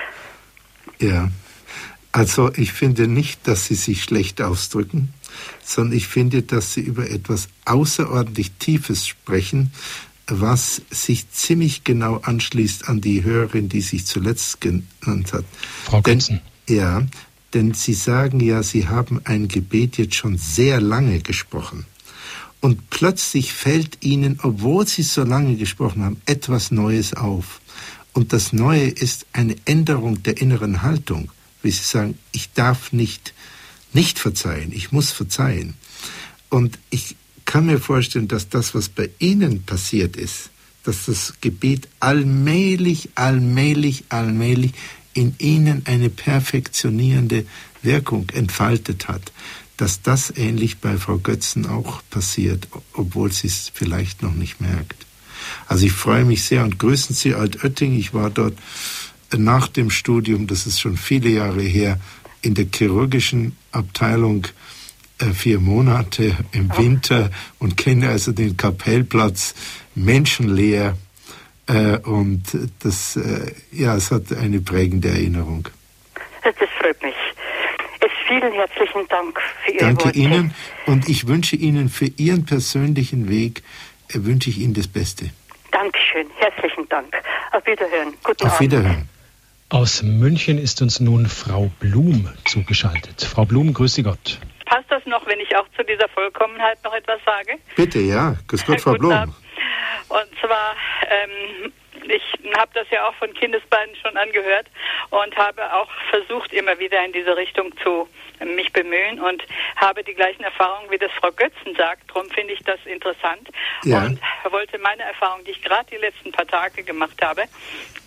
Ja, also ich finde nicht, dass Sie sich schlecht ausdrücken, sondern ich finde, dass Sie über etwas außerordentlich Tiefes sprechen, was sich ziemlich genau anschließt an die Hörerin, die sich zuletzt genannt hat. Frau Götzen. Denn, ja, denn Sie sagen ja, Sie haben ein Gebet jetzt schon sehr lange gesprochen. Und plötzlich fällt Ihnen, obwohl Sie so lange gesprochen haben, etwas Neues auf. Und das Neue ist eine Änderung der inneren Haltung. Wie Sie sagen, ich darf nicht, nicht verzeihen, ich muss verzeihen. Und ich kann mir vorstellen, dass das, was bei Ihnen passiert ist, dass das Gebet allmählich, allmählich, allmählich in Ihnen eine perfektionierende Wirkung entfaltet hat. Dass das ähnlich bei Frau Götzen auch passiert, obwohl sie es vielleicht noch nicht merkt. Also ich freue mich sehr und grüßen Sie Altötting. Ich war dort nach dem Studium, das ist schon viele Jahre her, in der chirurgischen Abteilung äh, vier Monate im Winter und kenne also den Kapellplatz menschenleer. Äh, und das, äh, ja, es hat eine prägende Erinnerung. Das freut mich. Vielen herzlichen Dank für Ihre Danke Worte. Ihnen und ich wünsche Ihnen für Ihren persönlichen Weg, äh, wünsche ich Ihnen das Beste. Dankeschön, herzlichen Dank. Auf Wiederhören. Guten Auf Abend. Wiederhören. Aus München ist uns nun Frau Blum zugeschaltet. Frau Blum, grüße Gott. Passt das noch, wenn ich auch zu dieser Vollkommenheit noch etwas sage? Bitte, ja. Grüß Gott, Frau Blum. Abend. Und zwar, ähm, ich habe das ja auch von Kindesbeinen schon angehört und habe auch versucht, immer wieder in diese Richtung zu mich bemühen und habe die gleichen Erfahrungen, wie das Frau Götzen sagt. Darum finde ich das interessant. Ja. Und wollte meine Erfahrung, die ich gerade die letzten paar Tage gemacht habe,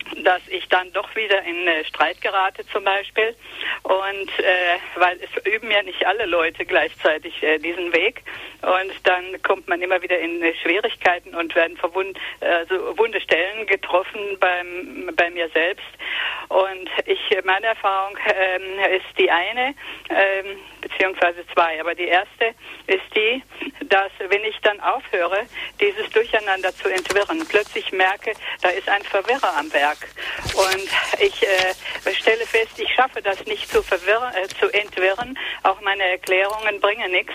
dass ich dann doch wieder in äh, Streit gerate zum Beispiel. Und äh, weil es üben ja nicht alle Leute gleichzeitig äh, diesen Weg. Und dann kommt man immer wieder in äh, Schwierigkeiten und werden verwund, also wunde Stellen getroffen beim, bei mir selbst. Und ich, meine Erfahrung ähm, ist die eine, ähm, beziehungsweise zwei. Aber die erste ist die, dass wenn ich dann aufhöre, dieses Durcheinander zu entwirren, plötzlich merke, da ist ein Verwirrer am Werk. Und ich äh, stelle fest, ich schaffe das nicht zu, verwirren, äh, zu entwirren. Auch meine Erklärungen bringen nichts.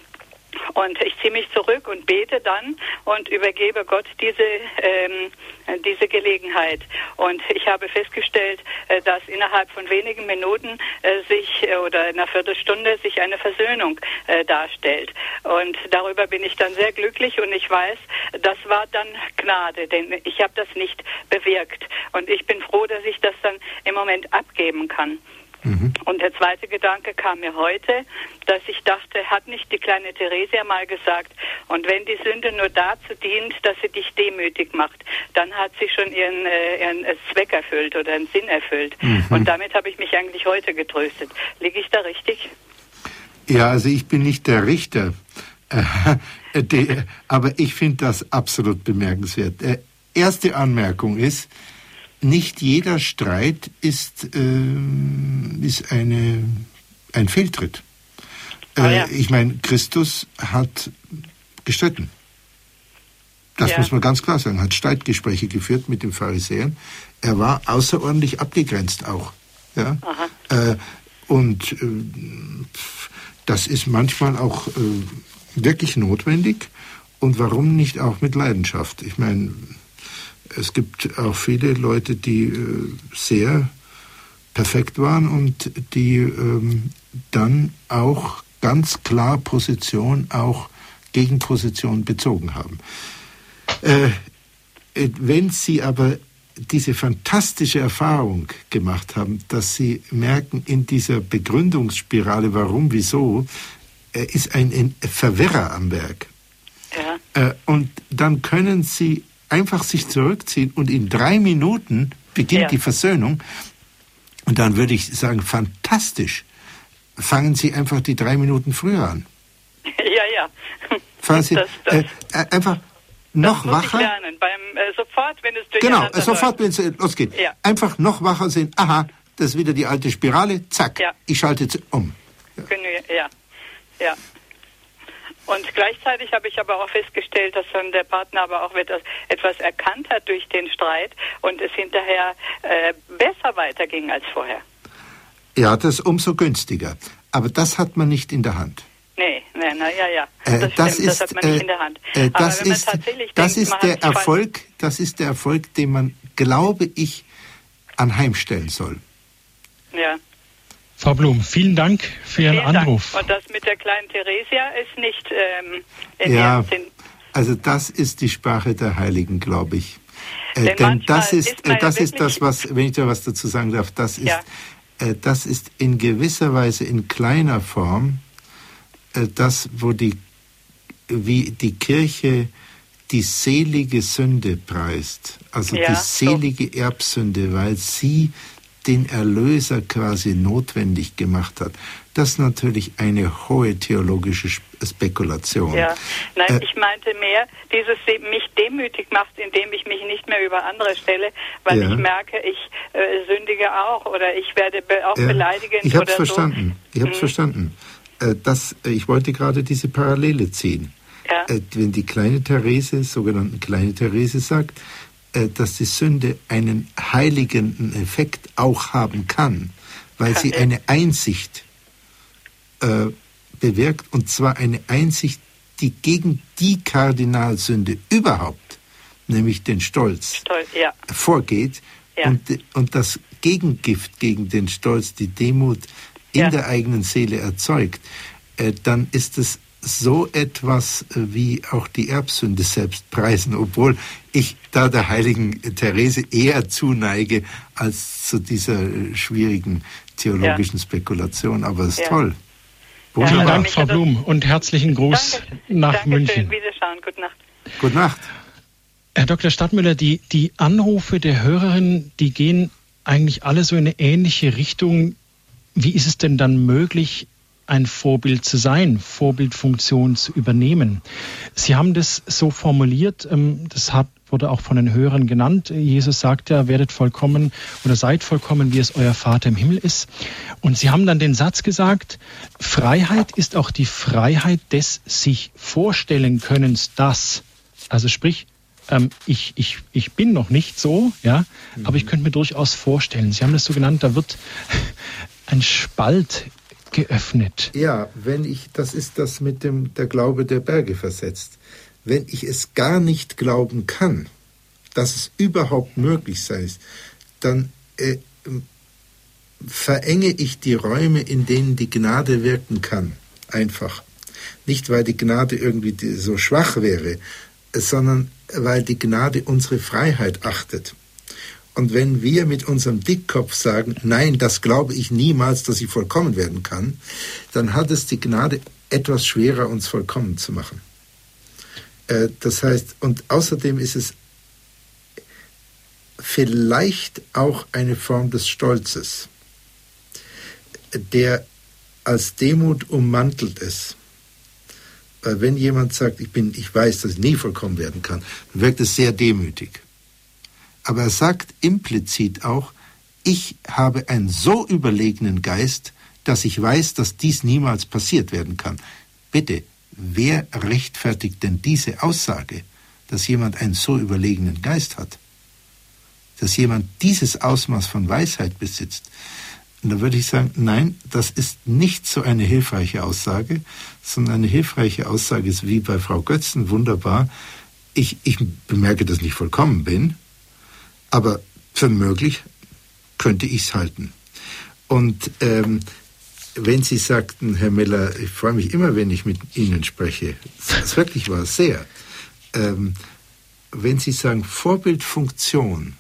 Und ich ziehe mich zurück und bete dann und übergebe Gott diese ähm, diese Gelegenheit. Und ich habe festgestellt, äh, dass innerhalb von wenigen Minuten äh, sich äh, oder in einer Viertelstunde sich eine Versöhnung äh, darstellt. Und darüber bin ich dann sehr glücklich und ich weiß, das war dann Gnade, denn ich habe das nicht bewirkt. Und ich bin froh, dass ich das dann im Moment abgeben kann. Mhm. Und der zweite Gedanke kam mir heute, dass ich dachte, hat nicht die kleine Theresia mal gesagt, und wenn die Sünde nur dazu dient, dass sie dich demütig macht, dann hat sie schon ihren, äh, ihren Zweck erfüllt oder einen Sinn erfüllt. Mhm. Und damit habe ich mich eigentlich heute getröstet. Liege ich da richtig? Ja, also ich bin nicht der Richter, äh, de, aber ich finde das absolut bemerkenswert. Äh, erste Anmerkung ist, nicht jeder Streit ist, äh, ist eine, ein Fehltritt. Äh, oh ja. Ich meine, Christus hat gestritten. Das ja. muss man ganz klar sagen. Hat Streitgespräche geführt mit den Pharisäern. Er war außerordentlich abgegrenzt auch. Ja? Äh, und äh, das ist manchmal auch äh, wirklich notwendig. Und warum nicht auch mit Leidenschaft? Ich meine, es gibt auch viele Leute, die äh, sehr perfekt waren und die ähm, dann auch ganz klar Position, auch Gegenposition bezogen haben. Äh, wenn Sie aber diese fantastische Erfahrung gemacht haben, dass Sie merken, in dieser Begründungsspirale, warum, wieso, äh, ist ein, ein Verwirrer am Werk. Ja. Äh, und dann können Sie einfach sich zurückziehen und in drei Minuten beginnt ja. die Versöhnung. Und dann würde ich sagen, fantastisch. Fangen Sie einfach die drei Minuten früher an. Ja, ja. Fangen Sie das, das, äh, einfach noch das muss wacher. Ich lernen. Beim, äh, sofort, wenn es Genau, äh, sofort, wenn es äh, losgeht. Ja. Einfach noch wacher sehen. Aha, das ist wieder die alte Spirale. Zack, ja. ich schalte zu, um. Ja, ja. ja. Und gleichzeitig habe ich aber auch festgestellt, dass dann der Partner aber auch etwas erkannt hat durch den Streit und es hinterher äh, besser weiterging als vorher. Ja, das ist umso günstiger. Aber das hat man nicht in der Hand. Nee, nee, na ja, ja. Das, äh, das, stimmt, ist, das hat man nicht äh, in der Hand. Äh, das aber wenn ist, man tatsächlich das denkt, ist man der Erfolg, das ist der Erfolg, den man, glaube ich, anheimstellen soll. Ja. Frau Blum, vielen Dank für Ihren vielen Anruf. Dank. Und das mit der kleinen Theresia ist nicht ähm, in ja, Ihrem Sinn. Also das ist die Sprache der Heiligen, glaube ich. Äh, denn denn das ist, ist das ja ist das, was, wenn ich da was dazu sagen darf, das ist, ja. äh, das ist in gewisser Weise in kleiner Form äh, das, wo die, wie die Kirche die selige Sünde preist, also ja, die selige so. Erbsünde, weil sie den Erlöser quasi notwendig gemacht hat. Das ist natürlich eine hohe theologische Spekulation. Ja, nein, äh, ich meinte mehr, dieses mich demütig macht, indem ich mich nicht mehr über andere stelle, weil ja. ich merke, ich äh, sündige auch oder ich werde be- auch ja. beleidigend ich hab's oder verstanden. so. Ich habe es hm. verstanden. Äh, das, äh, ich wollte gerade diese Parallele ziehen. Ja. Äh, wenn die kleine Therese, sogenannte kleine Therese sagt, dass die Sünde einen heiligenden Effekt auch haben kann, weil sie eine Einsicht äh, bewirkt, und zwar eine Einsicht, die gegen die Kardinalsünde überhaupt, nämlich den Stolz, Stolz ja. vorgeht ja. und, und das Gegengift gegen den Stolz, die Demut in ja. der eigenen Seele erzeugt, äh, dann ist es so etwas wie auch die Erbsünde selbst preisen, obwohl ich da der heiligen Therese eher zuneige als zu dieser schwierigen theologischen ja. Spekulation. Aber es ist ja. toll. Ja, Vielen Dank, Frau Blum, und herzlichen Gruß Danke, nach Dankeschön. München. Wiederschauen. Gute Nacht. Gute Nacht. Herr Doktor Stadtmüller, die, die Anrufe der Hörerinnen, die gehen eigentlich alle so in eine ähnliche Richtung. Wie ist es denn dann möglich, ein Vorbild zu sein, Vorbildfunktion zu übernehmen? Sie haben das so formuliert, das hat, wurde auch von den Hörern genannt. Jesus sagt ja, werdet vollkommen oder seid vollkommen, wie es euer Vater im Himmel ist. Und Sie haben dann den Satz gesagt, Freiheit ist auch die Freiheit des sich vorstellen Könnens, das. Also sprich, ähm, ich, ich, ich bin noch nicht so, ja, mhm. aber ich könnte mir durchaus vorstellen. Sie haben das so genannt, da wird ein Spalt geöffnet. Ja, wenn ich, das ist das mit dem, der Glaube der Berge versetzt. Wenn ich es gar nicht glauben kann, dass es überhaupt möglich sei, dann äh, verenge ich die Räume, in denen die Gnade wirken kann. Einfach. Nicht, weil die Gnade irgendwie so schwach wäre, sondern weil die Gnade unsere Freiheit achtet. Und wenn wir mit unserem Dickkopf sagen, nein, das glaube ich niemals, dass ich vollkommen werden kann, dann hat es die Gnade etwas schwerer, uns vollkommen zu machen. Äh, das heißt, und außerdem ist es vielleicht auch eine Form des Stolzes, der als Demut ummantelt ist. Weil wenn jemand sagt, ich bin, ich weiß, dass ich nie vollkommen werden kann, dann wirkt es sehr demütig. Aber er sagt implizit auch, ich habe einen so überlegenen Geist, dass ich weiß, dass dies niemals passiert werden kann. Bitte, wer rechtfertigt denn diese Aussage, dass jemand einen so überlegenen Geist hat? Dass jemand dieses Ausmaß von Weisheit besitzt? Und da würde ich sagen, nein, das ist nicht so eine hilfreiche Aussage, sondern eine hilfreiche Aussage ist wie bei Frau Götzen, wunderbar. Ich, ich bemerke, dass ich nicht vollkommen bin, aber für möglich könnte ich es halten. Und ähm, wenn Sie sagten, Herr Miller, ich freue mich immer, wenn ich mit Ihnen spreche, das wirklich war sehr, ähm, wenn Sie sagen Vorbildfunktion,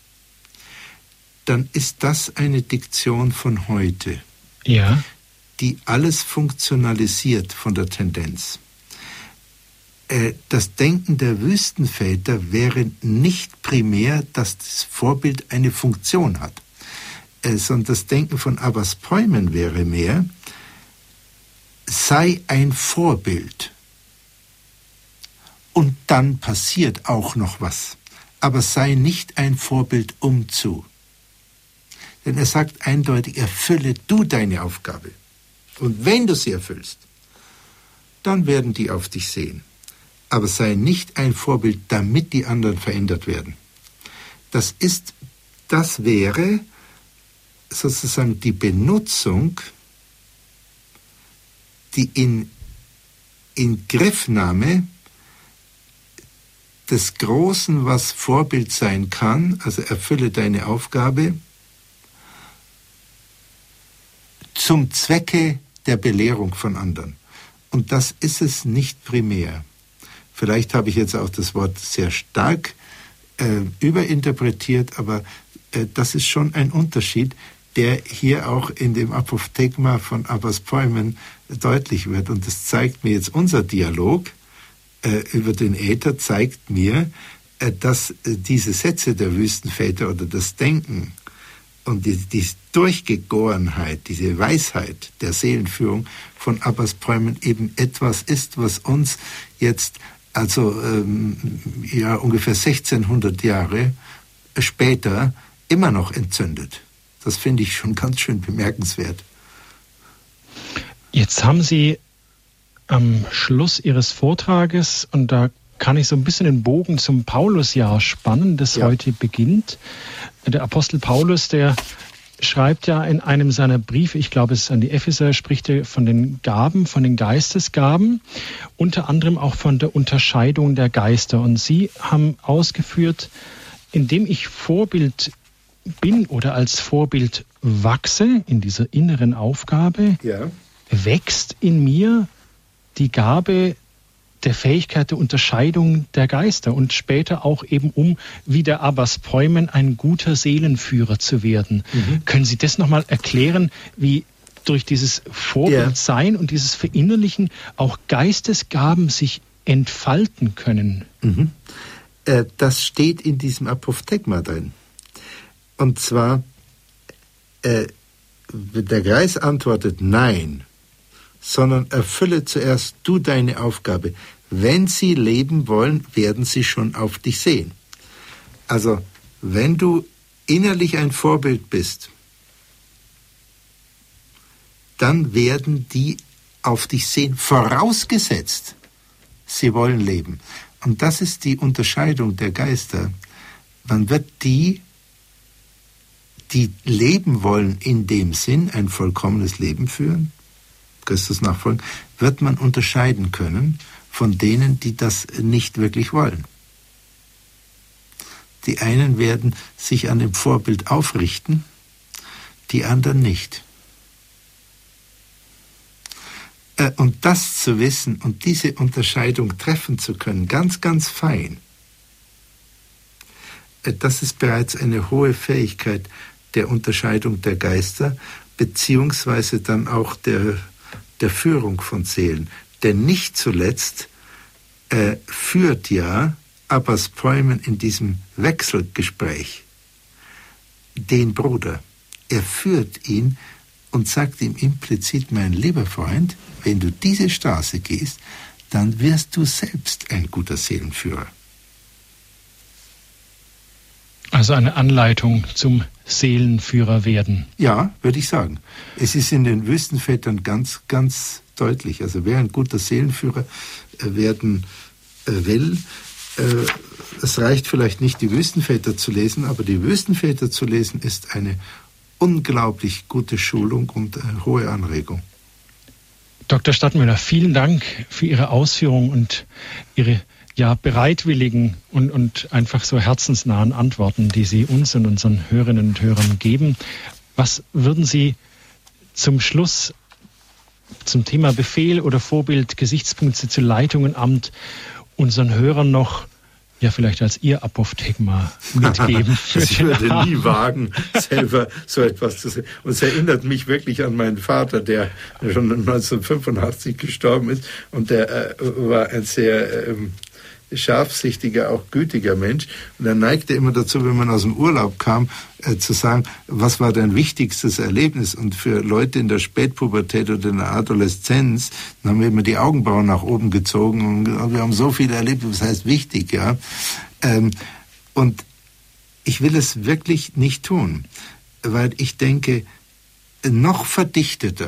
dann ist das eine Diktion von heute, ja, die alles funktionalisiert von der Tendenz. Äh, das Denken der Wüstenväter wäre nicht primär, dass das Vorbild eine Funktion hat, äh, sondern das Denken von Abbas Peumen wäre mehr, sei ein Vorbild und dann passiert auch noch was, aber sei nicht ein Vorbild umzu. Denn er sagt eindeutig, erfülle du deine Aufgabe. Und wenn du sie erfüllst, dann werden die auf dich sehen. Aber sei nicht ein Vorbild, damit die anderen verändert werden. Das ist, das wäre sozusagen die Benutzung, die in, in Griffnahme des Großen, was Vorbild sein kann, also erfülle deine Aufgabe, zum Zwecke der Belehrung von anderen. Und das ist es nicht primär. Vielleicht habe ich jetzt auch das Wort sehr stark äh, überinterpretiert, aber äh, das ist schon ein Unterschied, der hier auch in dem Apophthegma von Abbas Peumen deutlich wird. Und das zeigt mir jetzt unser Dialog äh, über den Äther, zeigt mir, äh, dass äh, diese Sätze der Wüstenväter oder das Denken und die, die Durchgegorenheit, diese Weisheit der Seelenführung von Abbas Peumen eben etwas ist, was uns jetzt, also ähm, ja ungefähr sechzehnhundert Jahre später immer noch entzündet. Das finde ich schon ganz schön bemerkenswert. Jetzt haben Sie am Schluss Ihres Vortrages, und da kann ich so ein bisschen den Bogen zum Paulusjahr spannen, das ja heute beginnt. Der Apostel Paulus, der schreibt ja in einem seiner Briefe, ich glaube es ist an die Epheser, spricht er von den Gaben, von den Geistesgaben, unter anderem auch von der Unterscheidung der Geister. Und Sie haben ausgeführt, indem ich Vorbild bin oder als Vorbild wachse in dieser inneren Aufgabe, ja, wächst in mir die Gabe der Fähigkeit der Unterscheidung der Geister und später auch eben, um wie der Abbas Peumen ein guter Seelenführer zu werden. Mhm. Können Sie das nochmal erklären, wie durch dieses Vorbildsein ja und dieses Verinnerlichen auch Geistesgaben sich entfalten können? Mhm. Äh, das steht in diesem Apophthegma drin. Und zwar, äh, der Geist antwortet nein, sondern erfülle zuerst du deine Aufgabe. Wenn sie leben wollen, werden sie schon auf dich sehen. Also, wenn du innerlich ein Vorbild bist, dann werden die auf dich sehen, vorausgesetzt, sie wollen leben. Und das ist die Unterscheidung der Geister. Man wird die, die leben wollen in dem Sinn, ein vollkommenes Leben führen, Christus nachfolgen, wird man unterscheiden können von denen, die das nicht wirklich wollen. Die einen werden sich an dem Vorbild aufrichten, die anderen nicht. Und das zu wissen und diese Unterscheidung treffen zu können, ganz, ganz fein, das ist bereits eine hohe Fähigkeit der Unterscheidung der Geister, beziehungsweise dann auch der, der Führung von Seelen. Denn nicht zuletzt äh, führt ja Abbas Poimen in diesem Wechselgespräch den Bruder. Er führt ihn und sagt ihm implizit, mein lieber Freund, wenn du diese Straße gehst, dann wirst du selbst ein guter Seelenführer. Also eine Anleitung zum Seelenführer werden. Ja, würde ich sagen. Es ist in den Wüstenvätern ganz, ganz deutlich. Also wer ein guter Seelenführer werden will, es reicht vielleicht nicht, die Wüstenväter zu lesen, aber die Wüstenväter zu lesen ist eine unglaublich gute Schulung und eine hohe Anregung. Doktor Stadtmüller, vielen Dank für Ihre Ausführungen und Ihre ja, bereitwilligen und, und einfach so herzensnahen Antworten, die Sie uns und unseren Hörerinnen und Hörern geben. Was würden Sie zum Schluss zum Thema Befehl oder Vorbild, Gesichtspunkte zu Leitung und Amt unseren Hörern noch ja vielleicht als Ihr Apophthegma mitgeben? Ich würde nie wagen, selber so etwas zu sagen. Und es erinnert mich wirklich an meinen Vater, der schon neunzehnhundertfünfundachtzig gestorben ist. Und der äh, war ein sehr ähm, scharfsichtiger, auch gütiger Mensch. Und er neigte immer dazu, wenn man aus dem Urlaub kam, äh, zu sagen, was war dein wichtigstes Erlebnis? Und für Leute in der Spätpubertät oder in der Adoleszenz, dann haben wir immer die Augenbrauen nach oben gezogen und gesagt, wir haben so viel erlebt, was heißt wichtig, ja. Ähm, und ich will es wirklich nicht tun, weil ich denke, noch verdichteter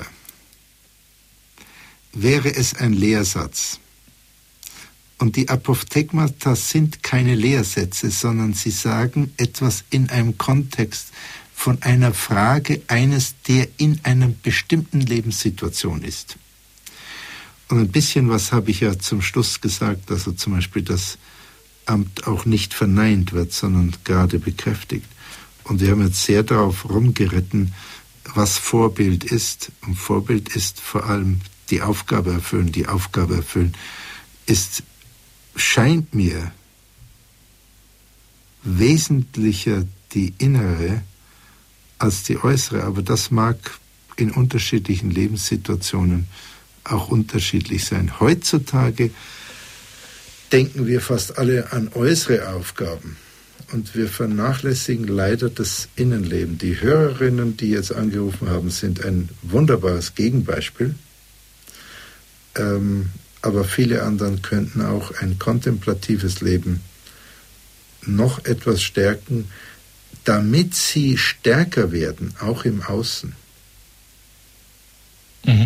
wäre es ein Lehrsatz. Und die Apophthegmata sind keine Lehrsätze, sondern sie sagen etwas in einem Kontext von einer Frage eines, der in einer bestimmten Lebenssituation ist. Und ein bisschen was habe ich ja zum Schluss gesagt, also zum Beispiel das Amt auch nicht verneint wird, sondern gerade bekräftigt. Und wir haben jetzt sehr darauf rumgeritten, was Vorbild ist. Und Vorbild ist vor allem die Aufgabe erfüllen. Die Aufgabe erfüllen ist, scheint mir, wesentlicher die innere als die äußere, aber das mag in unterschiedlichen Lebenssituationen auch unterschiedlich sein. Heutzutage denken wir fast alle an äußere Aufgaben und wir vernachlässigen leider das Innenleben. Die Hörerinnen, die jetzt angerufen haben, sind ein wunderbares Gegenbeispiel. Ähm, aber viele anderen könnten auch ein kontemplatives Leben noch etwas stärken, damit sie stärker werden, auch im Außen. Mhm.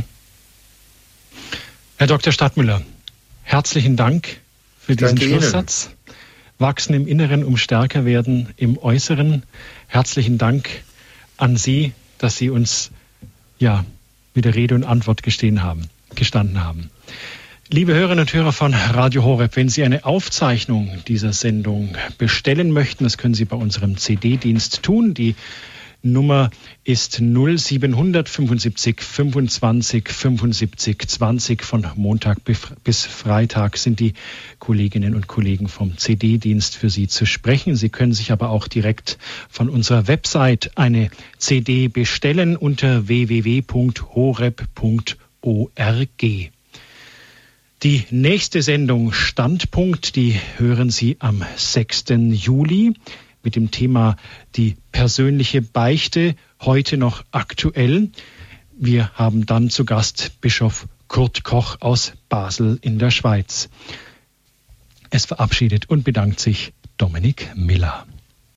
Herr Doktor Stadtmüller, herzlichen Dank für diesen Danke Schlusssatz. Ihnen. Wachsen im Inneren, um stärker werden im Äußeren. Herzlichen Dank an Sie, dass Sie uns ja wieder Rede und Antwort gestehen haben, gestanden haben. Liebe Hörerinnen und Hörer von Radio Horeb, wenn Sie eine Aufzeichnung dieser Sendung bestellen möchten, das können Sie bei unserem C D-Dienst tun. Die Nummer ist null siebenhundert fünfundsiebzig fünfundzwanzig fünfundsiebzig zwanzig. Von Montag bis Freitag sind die Kolleginnen und Kollegen vom C D-Dienst für Sie zu sprechen. Sie können sich aber auch direkt von unserer Website eine C D bestellen unter w w w punkt horeb punkt org. Die nächste Sendung Standpunkt, die hören Sie am sechsten Juli mit dem Thema die persönliche Beichte, heute noch aktuell. Wir haben dann zu Gast Bischof Kurt Koch aus Basel in der Schweiz. Es verabschiedet und bedankt sich Dominik Miller.